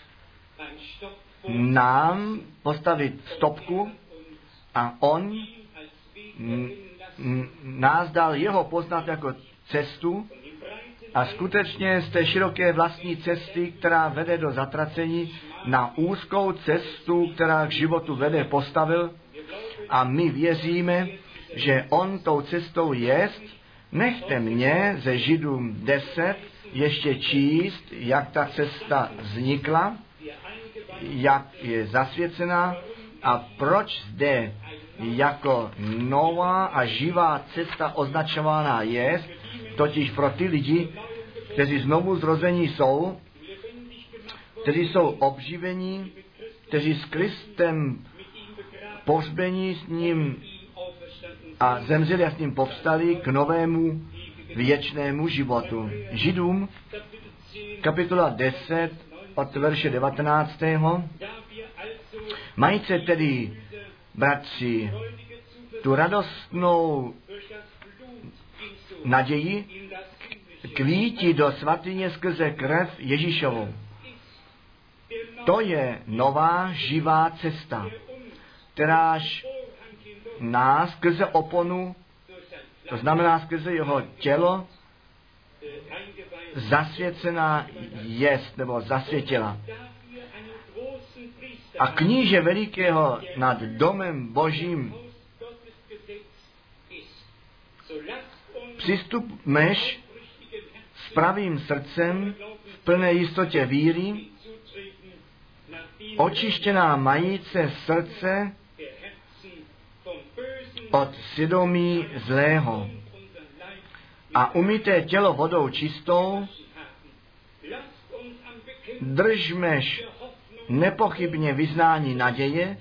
Nám postavit stopku a on m, m, nás dal jeho poznat jako cestu a skutečně z té široké vlastní cesty, která vede do zatracení, na úzkou cestu, která k životu vede, postavil a my věříme, že on tou cestou jest. Nechte mě ze Židům deset ještě číst, jak ta cesta vznikla, jak je zasvěcená a proč zde jako nová a živá cesta označovaná je, totiž pro ty lidi, kteří znovu zrození jsou, kteří jsou obživení, kteří s Kristem pohřbení s ním a zemřeli a s ním povstali k novému věčnému životu. Židům, kapitola deset, od verše devatenáctého. Majte tedy, bratři, tu radostnou naději k výjití do svatyně skrze krev Ježíšovou. To je nová živá cesta, kteráž nás skrze oponu, to znamená skrze jeho tělo, zasvěcená jest, nebo zasvětila. A kníže velikého nad domem Božím přistupmeš s pravým srdcem v plné jistotě víry očištěná majíce srdce od svědomí zlého a umyté tělo vodou čistou, držmež nepochybně vyznání naděje,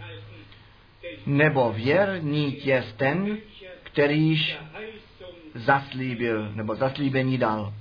nebo věrný jest ten, kterýž zaslíbil, nebo zaslíbení dal.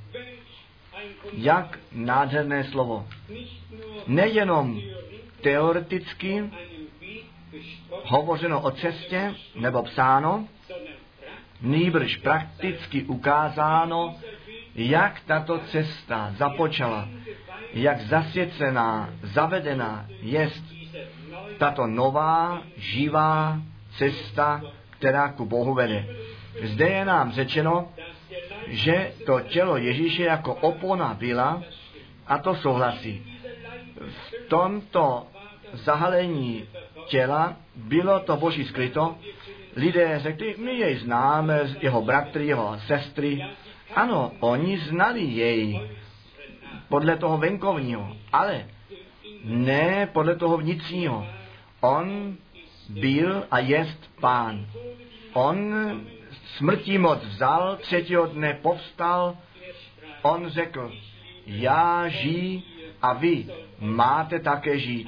Jak nádherné slovo. Nejenom teoreticky hovořeno o cestě, nebo psáno, nýbrž prakticky ukázáno, jak tato cesta započala, jak zasvěcená, zavedená jest tato nová, živá cesta, která ku Bohu vede. Zde je nám řečeno, že to tělo Ježíše jako opona byla, a to souhlasí. V tomto zahalení těla bylo to Boží skryto. Lidé řekli, my jej známe, jeho bratry, jeho sestry. Ano, oni znali jej podle toho venkovního, ale ne podle toho vnitřního. On byl a jest Pán. On smrtí moc vzal, třetího dne povstal. On řekl, já žiji a vy máte také žít.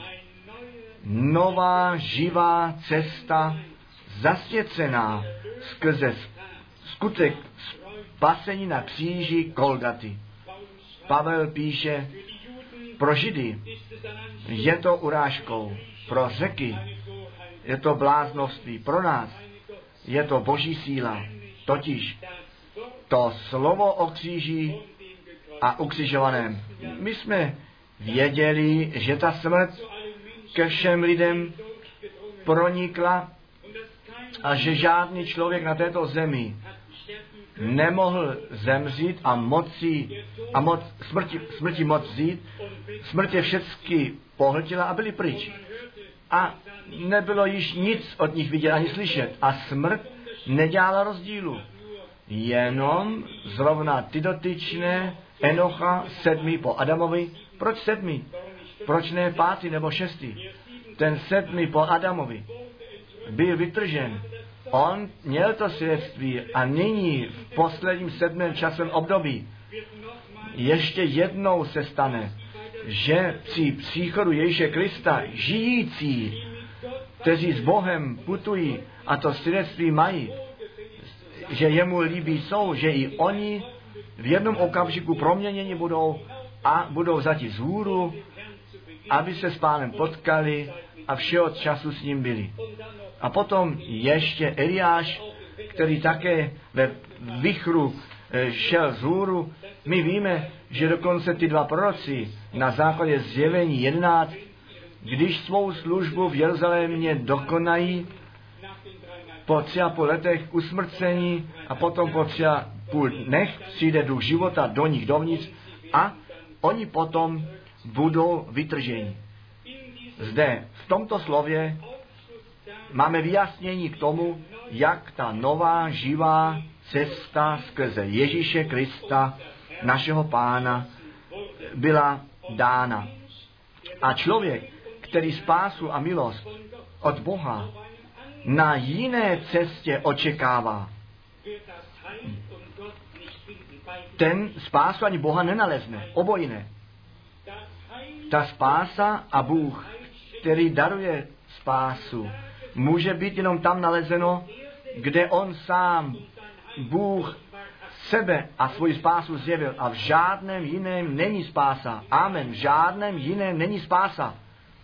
Nová, živá cesta, zasvěcená skrze skutek spasení na kříži Golgaty. Pavel píše, pro Židy je to urážkou, pro Řeky je to bláznovství, pro nás je to Boží síla, totiž to slovo o kříži a ukřižovaném. My jsme věděli, že ta smrt ke všem lidem pronikla a že žádný člověk na této zemi nemohl zemřít a moci a moc, smrti, smrti moc vzít. Smrt je všechny pohltila a byli pryč. A nebylo již nic od nich vidět ani slyšet. A smrt nedělala rozdílu. Jenom zrovna ty dotyčné Enocha sedmý po Adamovi. Proč sedmý? Proč ne pátý nebo šestý? Ten sedmý po Adamovi byl vytržen. On měl to svědectví a nyní v posledním sedmém časovém období ještě jednou se stane, že při příchodu Ježíše Krista žijící, kteří s Bohem putují a to svědectví mají, že jemu líbí jsou, že i oni v jednom okamžiku proměněni budou a budou vzati vzhůru, aby se s Pánem potkali a všeho času s ním byli. A potom ještě Eliáš, který také ve vichru šel vzhůru. My víme, že dokonce ty dva proroci na základě zjevení jedenáct, když svou službu v Jeruzalémě dokonají, po tři a půl letech usmrcení a potom po tři a půl dnech přijde duch života do nich dovnitř a oni potom budou vytrženi. Zde v tomto slově máme vyjasnění k tomu, jak ta nová živá cesta skrze Ježíše Krista, našeho Pána, byla dána. A člověk, který spásu a milost od Boha na jiné cestě očekává, ten spásu ani Boha nenalezne. Obojí ne. Ta spása a Bůh, který daruje spásu, může být jenom tam nalezeno, kde on sám, Bůh, sebe a svoji spásu zjevil. A v žádném jiném není spása. Amen. V žádném jiném není spása.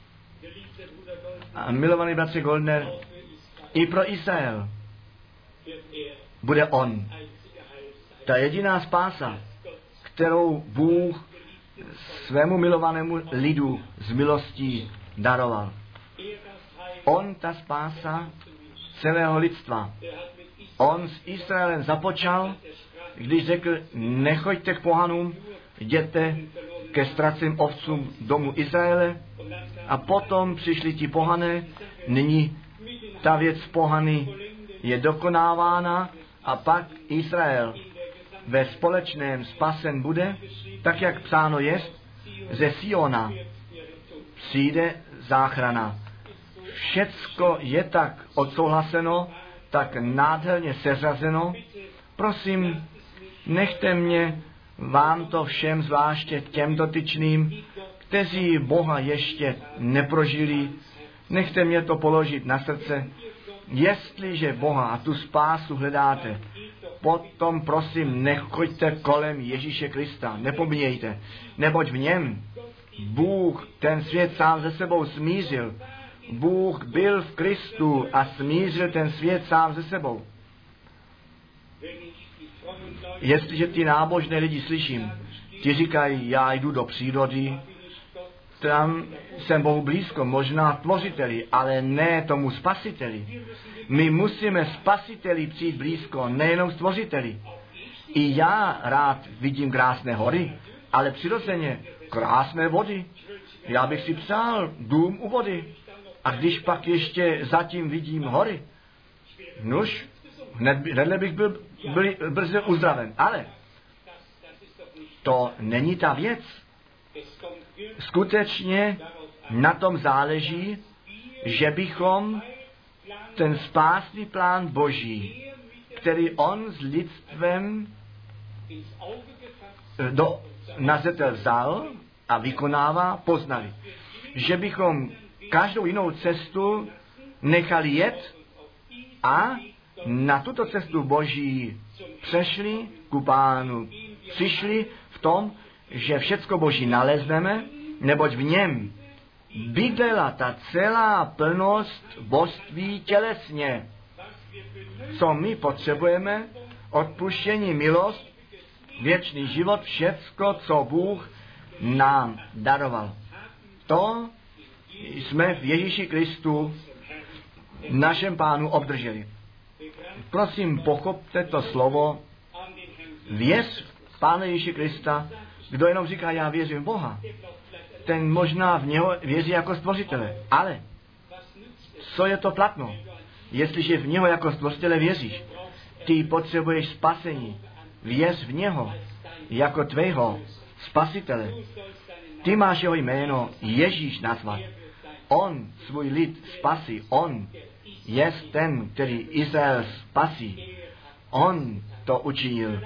A milovaný bratře Goldner, i pro Izrael bude on. Ta jediná spása, kterou Bůh svému milovanému lidu z milostí daroval. On, ta spása celého lidstva. On s Izraelem započal, když řekl, nechoďte k pohanům, jděte ke ztraceným ovcům domu Izraele. A potom přišli ti pohané, nyní ta věc pohany je dokonávána a pak Izrael ve společném spasen bude, tak jak psáno jest, ze Siona přijde záchrana. Všecko je tak odsouhlaseno, tak nádherně seřazeno. Prosím, nechte mě vám to všem, zvláště těm dotyčným, kteří Boha ještě neprožili, nechte mě to položit na srdce. Jestliže Boha a tu spásu hledáte, potom prosím, nechoďte kolem Ježíše Krista, nepomíjejte, neboť v něm Bůh ten svět sám ze sebou smířil. Bůh byl v Kristu a smířil ten svět sám ze sebou. Jestliže ty nábožné lidi slyším, ti říkají, já jdu do přírody, tam jsem Bohu blízko, možná tvořiteli, ale ne tomu spasiteli. My musíme spasiteli přijít blízko, nejenom stvořiteli. I já rád vidím krásné hory, ale přirozeně krásné vody. Já bych si přál dům u vody. A když pak ještě zatím vidím hory, nuž, hned, hned bych byl, byl brzy uzdraven. Ale to není ta věc. Skutečně na tom záleží, že bychom ten spásný plán Boží, který on s lidstvem do, na zřetel vzal a vykonává, poznali. Že bychom každou jinou cestu nechali jet a na tuto cestu Boží přešli ku Pánu. Přišli v tom, že všecko Boží nalezneme, neboť v něm bydlela ta celá plnost božství tělesně. Co my potřebujeme? Odpuštění, milost, věčný život, všecko, co Bůh nám daroval. To jsme v Ježíši Kristu, našem Pánu, obdrželi. Prosím, pochopte to slovo. Věř v Pána Ježíše Krista. Kdo jenom říká, já věřím v Boha, ten možná v něho věří jako stvořitele. Ale co je to platno? Jestliže v něho jako stvořitele věříš, ty potřebuješ spasení. Věř v něho jako tvého spasitele. Ty máš jeho jméno Ježíš nazvat. On svůj lid spasí. On je ten, který Izrael spasí. On to učinil.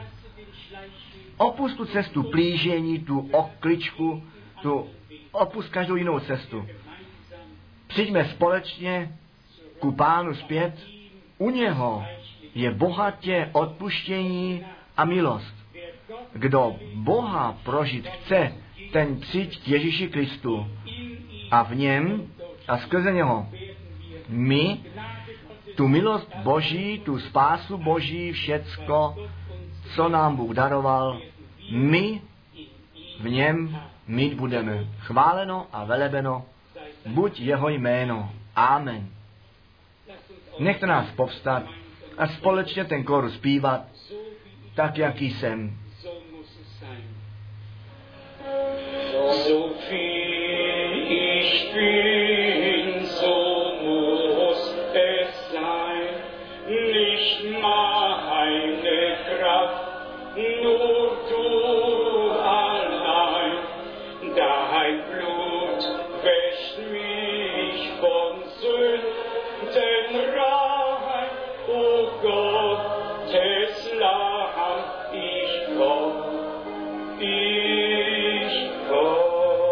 Opust tu cestu plížení, tu okličku, tu opust každou jinou cestu. Přijďme společně ku Pánu zpět. U něho je bohatě odpuštění a milost. Kdo Boha prožít chce, ten přijď k Ježíši Kristu. A v něm a skrze něho my tu milost Boží, tu spásu Boží, všecko, co nám Bůh daroval, my v něm mít budeme. Chváleno a velebeno buď jeho jméno. Amen. Nechte nás povstat a společně ten kor zpívat, tak jaký jsem. So viel ich bin, so muss es sein, nicht meine Kraft, nur du allein. Dein Blut wäscht mich von Sünden rein, o Gottes Lamm, ich komm, ich komm.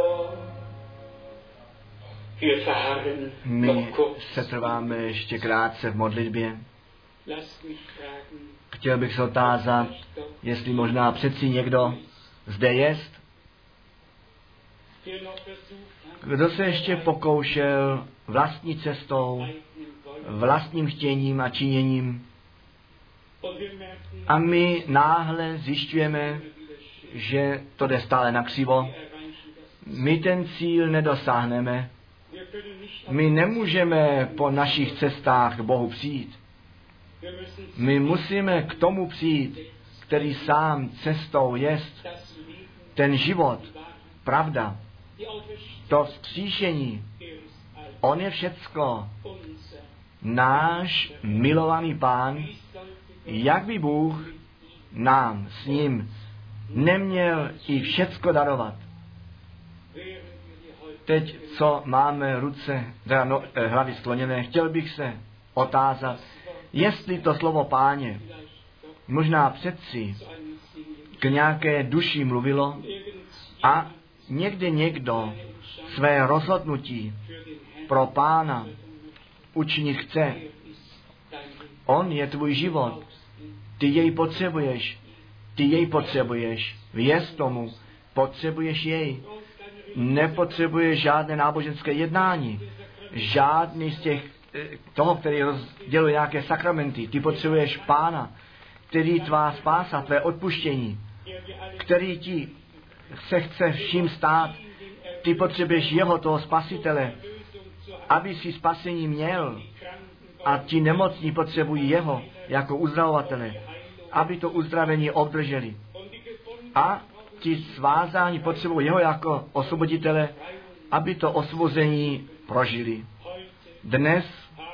Wir fahren My noch kurz. se trváme ještě krátce v modlitbě. Lass mich fragen, Chtěl bych se otázat, jestli možná přeci někdo zde jest, der noch versucht hat, kdo se ještě pokoušel vlastní cestou, eigenen Wollen. vlastním chtěním a činěním. Und wir merken, A my náhle zjišťujeme, že to jde stále nakřivo. wir erreichen das. My ten cíl nedosáhneme. Wir können nicht, My nemůžeme po našich cestách k Bohu přijít. wir müssen My musíme k tomu přijít, který sám cestou jest. das Leben, Ten život, die Wahrheit, pravda, die Auferstehung, to vzkříšení, er ist all on je všecko. unser. Náš milovaný Pán, Wie sollte jak by Bůh nám s ním neměl i všecko darovat. wären wir hier heute teď, co máme ruce, teda no, eh, hlavy skloněné, chtěl bych se otázat, jestli to slovo Páně možná přeci k nějaké duši mluvilo a někdy někdo své rozhodnutí pro Pána učinit chce. On je tvůj život. Ty jej potřebuješ. Ty jej potřebuješ. Věř tomu. Potřebuješ jej. Nepotřebuješ žádné náboženské jednání. Žádný z těch, toho, který rozděluje nějaké sakramenty. Ty potřebuješ Pána, který tvá spása, tvé odpuštění, který ti se chce vším stát. Ty potřebuješ jeho, toho spasitele, aby si spasení měl. A ti nemocní potřebují jeho jako uzdravovatele, aby to uzdravení obdrželi. A ti svázání potřebují jeho jako osvoboditele, aby to osvobození prožili. Dnes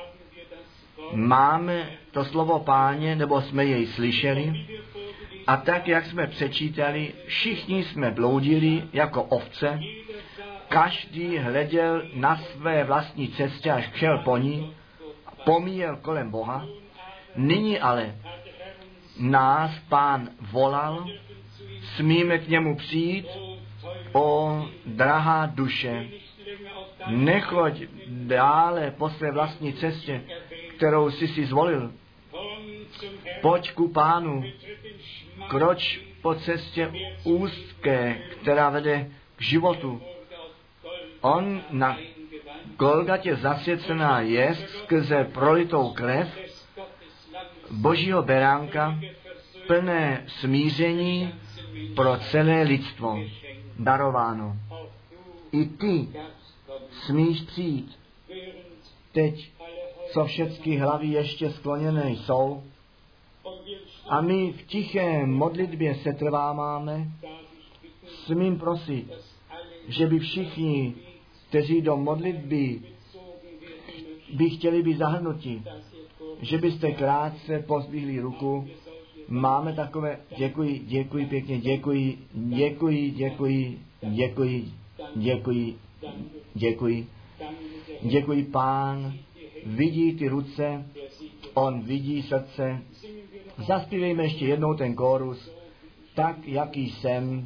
máme to slovo Páně, nebo jsme jej slyšeli, a tak, jak jsme přečítali, všichni jsme bloudili jako ovce, každý hleděl na své vlastní cestě, až šel po ní, pomíjel kolem Boha. Nyní ale nás Pán volal, smíme k němu přijít, o drahá duše. Nechoď dále po své vlastní cestě, kterou jsi si zvolil. Pojď ku Pánu, kroč po cestě úzké, která vede k životu. On na Golgatě zasvěcená jest skrze prolitou krev Božího beránka, plné smíření pro celé lidstvo darováno. I ty smíš přijít. Teď, co všechny hlavy ještě skloněné jsou, a my v tiché modlitbě se trváváme, smím prosit, že by všichni, kteří do modlitby by chtěli být zahrnuti, že byste krátce pozdvihli ruku. Máme takové, děkuji, děkuji pěkně, děkuji, děkuji, děkuji, děkuji, děkuji, děkuji, děkuji, Pán vidí ty ruce, on vidí srdce. Zaspívejme ještě jednou ten kórus, tak, jaký jsem.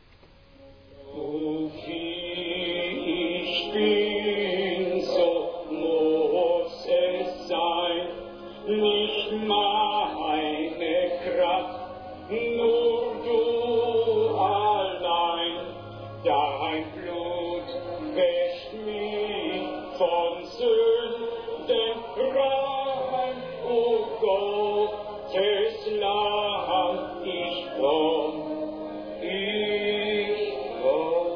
Nicht meine Kraft, nur du allein, dein Blut wäscht mich von Sünden rein, o Gottes Lamm, ich komm, ich komm.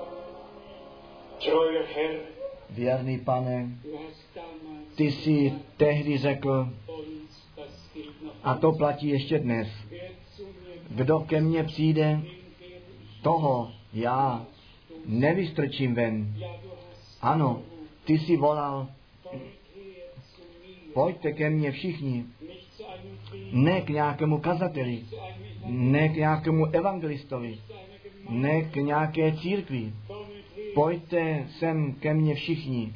Treuer Herr, Věrný Pane, ty jsi tehdy řekl, a to platí ještě dnes, kdo ke mně přijde, toho já nevystrčím ven. Ano, ty jsi volal, pojďte ke mně všichni, ne k nějakému kazateli, ne k nějakému evangelistovi, ne k nějaké církvi. Pojďte sem ke mně všichni,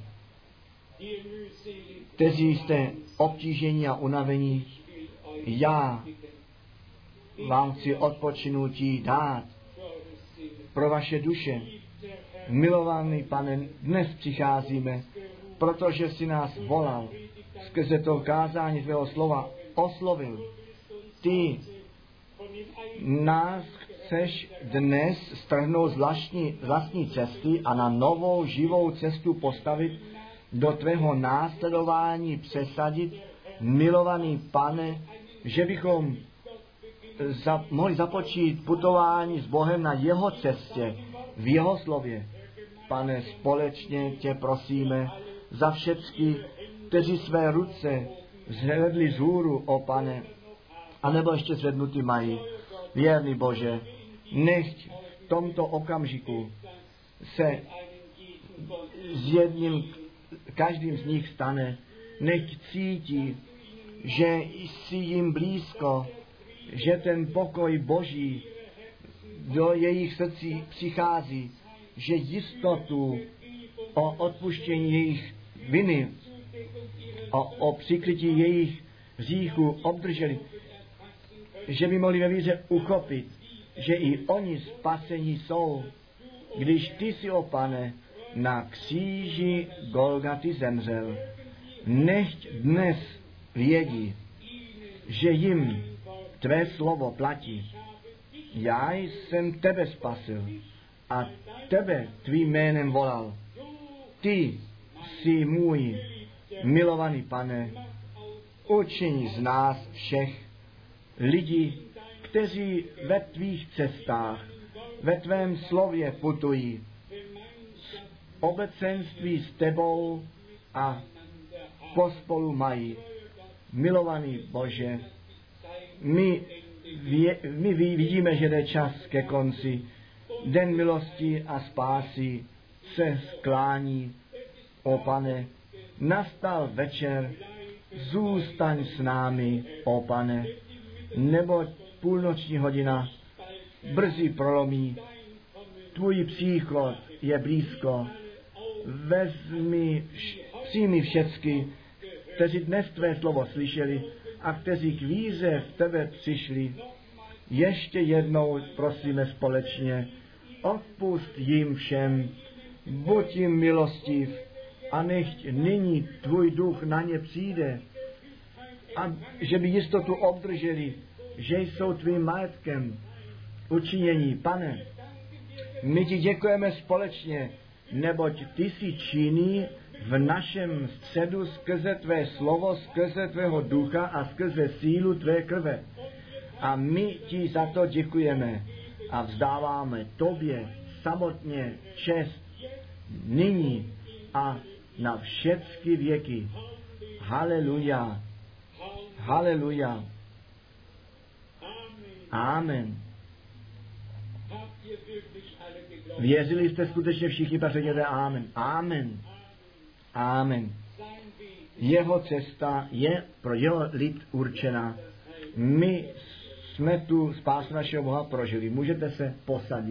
kteří jste obtížení a unavení. Já vám chci odpočinutí dát pro vaše duše. Milovaný Pane, dnes přicházíme, protože jsi nás volal, skrze to kázání tvého slova oslovil. Ty nás chceš dnes strhnout z vlastní, vlastní cesty a na novou živou cestu postavit, do tvého následování přesadit, milovaný Pane, že bychom za, mohli započít putování s Bohem na jeho cestě, v jeho slově. Pane, společně tě prosíme za všechny, kteří své ruce zvedli vzhůru, o Pane, anebo ještě zvednutý mají. Věrný Bože, nechť v tomto okamžiku se s jedním, každým z nich stane, nechť cítí, že jsi jim blízko, že ten pokoj Boží do jejich srdcí přichází, že jistotu o odpuštění jejich viny, o, o přikrytí jejich hříchů obdrželi, že by mohli ve víře uchopit, že i oni spasení jsou, když ty si, o Pane, na kříži Golgaty zemřel. Nechť dnes vědí, že jim tvé slovo platí. Já jsem tebe spasil a tebe tvým jménem volal. Ty jsi můj milovaný Pane, učiň z nás všech lidí, kteří ve tvých cestách, ve tvém slově putují, obecenství s tebou a pospolu mají. Milovaný Bože, my, vě, my vidíme, že jde čas ke konci. Den milosti a spásy se sklání. O Pane, nastal večer, zůstaň s námi, o Pane, neboť půlnoční hodina brzy prolomí. Tvůj příchod je blízko. Vezmi, přijmi všecky, kteří dnes tvé slovo slyšeli a kteří k víře v tebe přišli. Ještě jednou prosíme společně, odpust jim všem, buď jim milostiv a nechť nyní tvůj duch na ně přijde, a že by jistotu obdrželi, že jsou tvým majetkem učinění. Pane, my ti děkujeme společně, neboť ty jsi činný v našem středu skrze tvé slovo, skrze tvého ducha a skrze sílu tvé krve. A my ti za to děkujeme a vzdáváme tobě samotně čest nyní a na všechny věky. Haleluja. Haleluja. Amen. Věřili jste skutečně všichni, pak řekněte amen. Amen. Amen. Jeho cesta je pro jeho lid určena. My jsme tu spásu našeho Boha prožili. Můžete se posadit.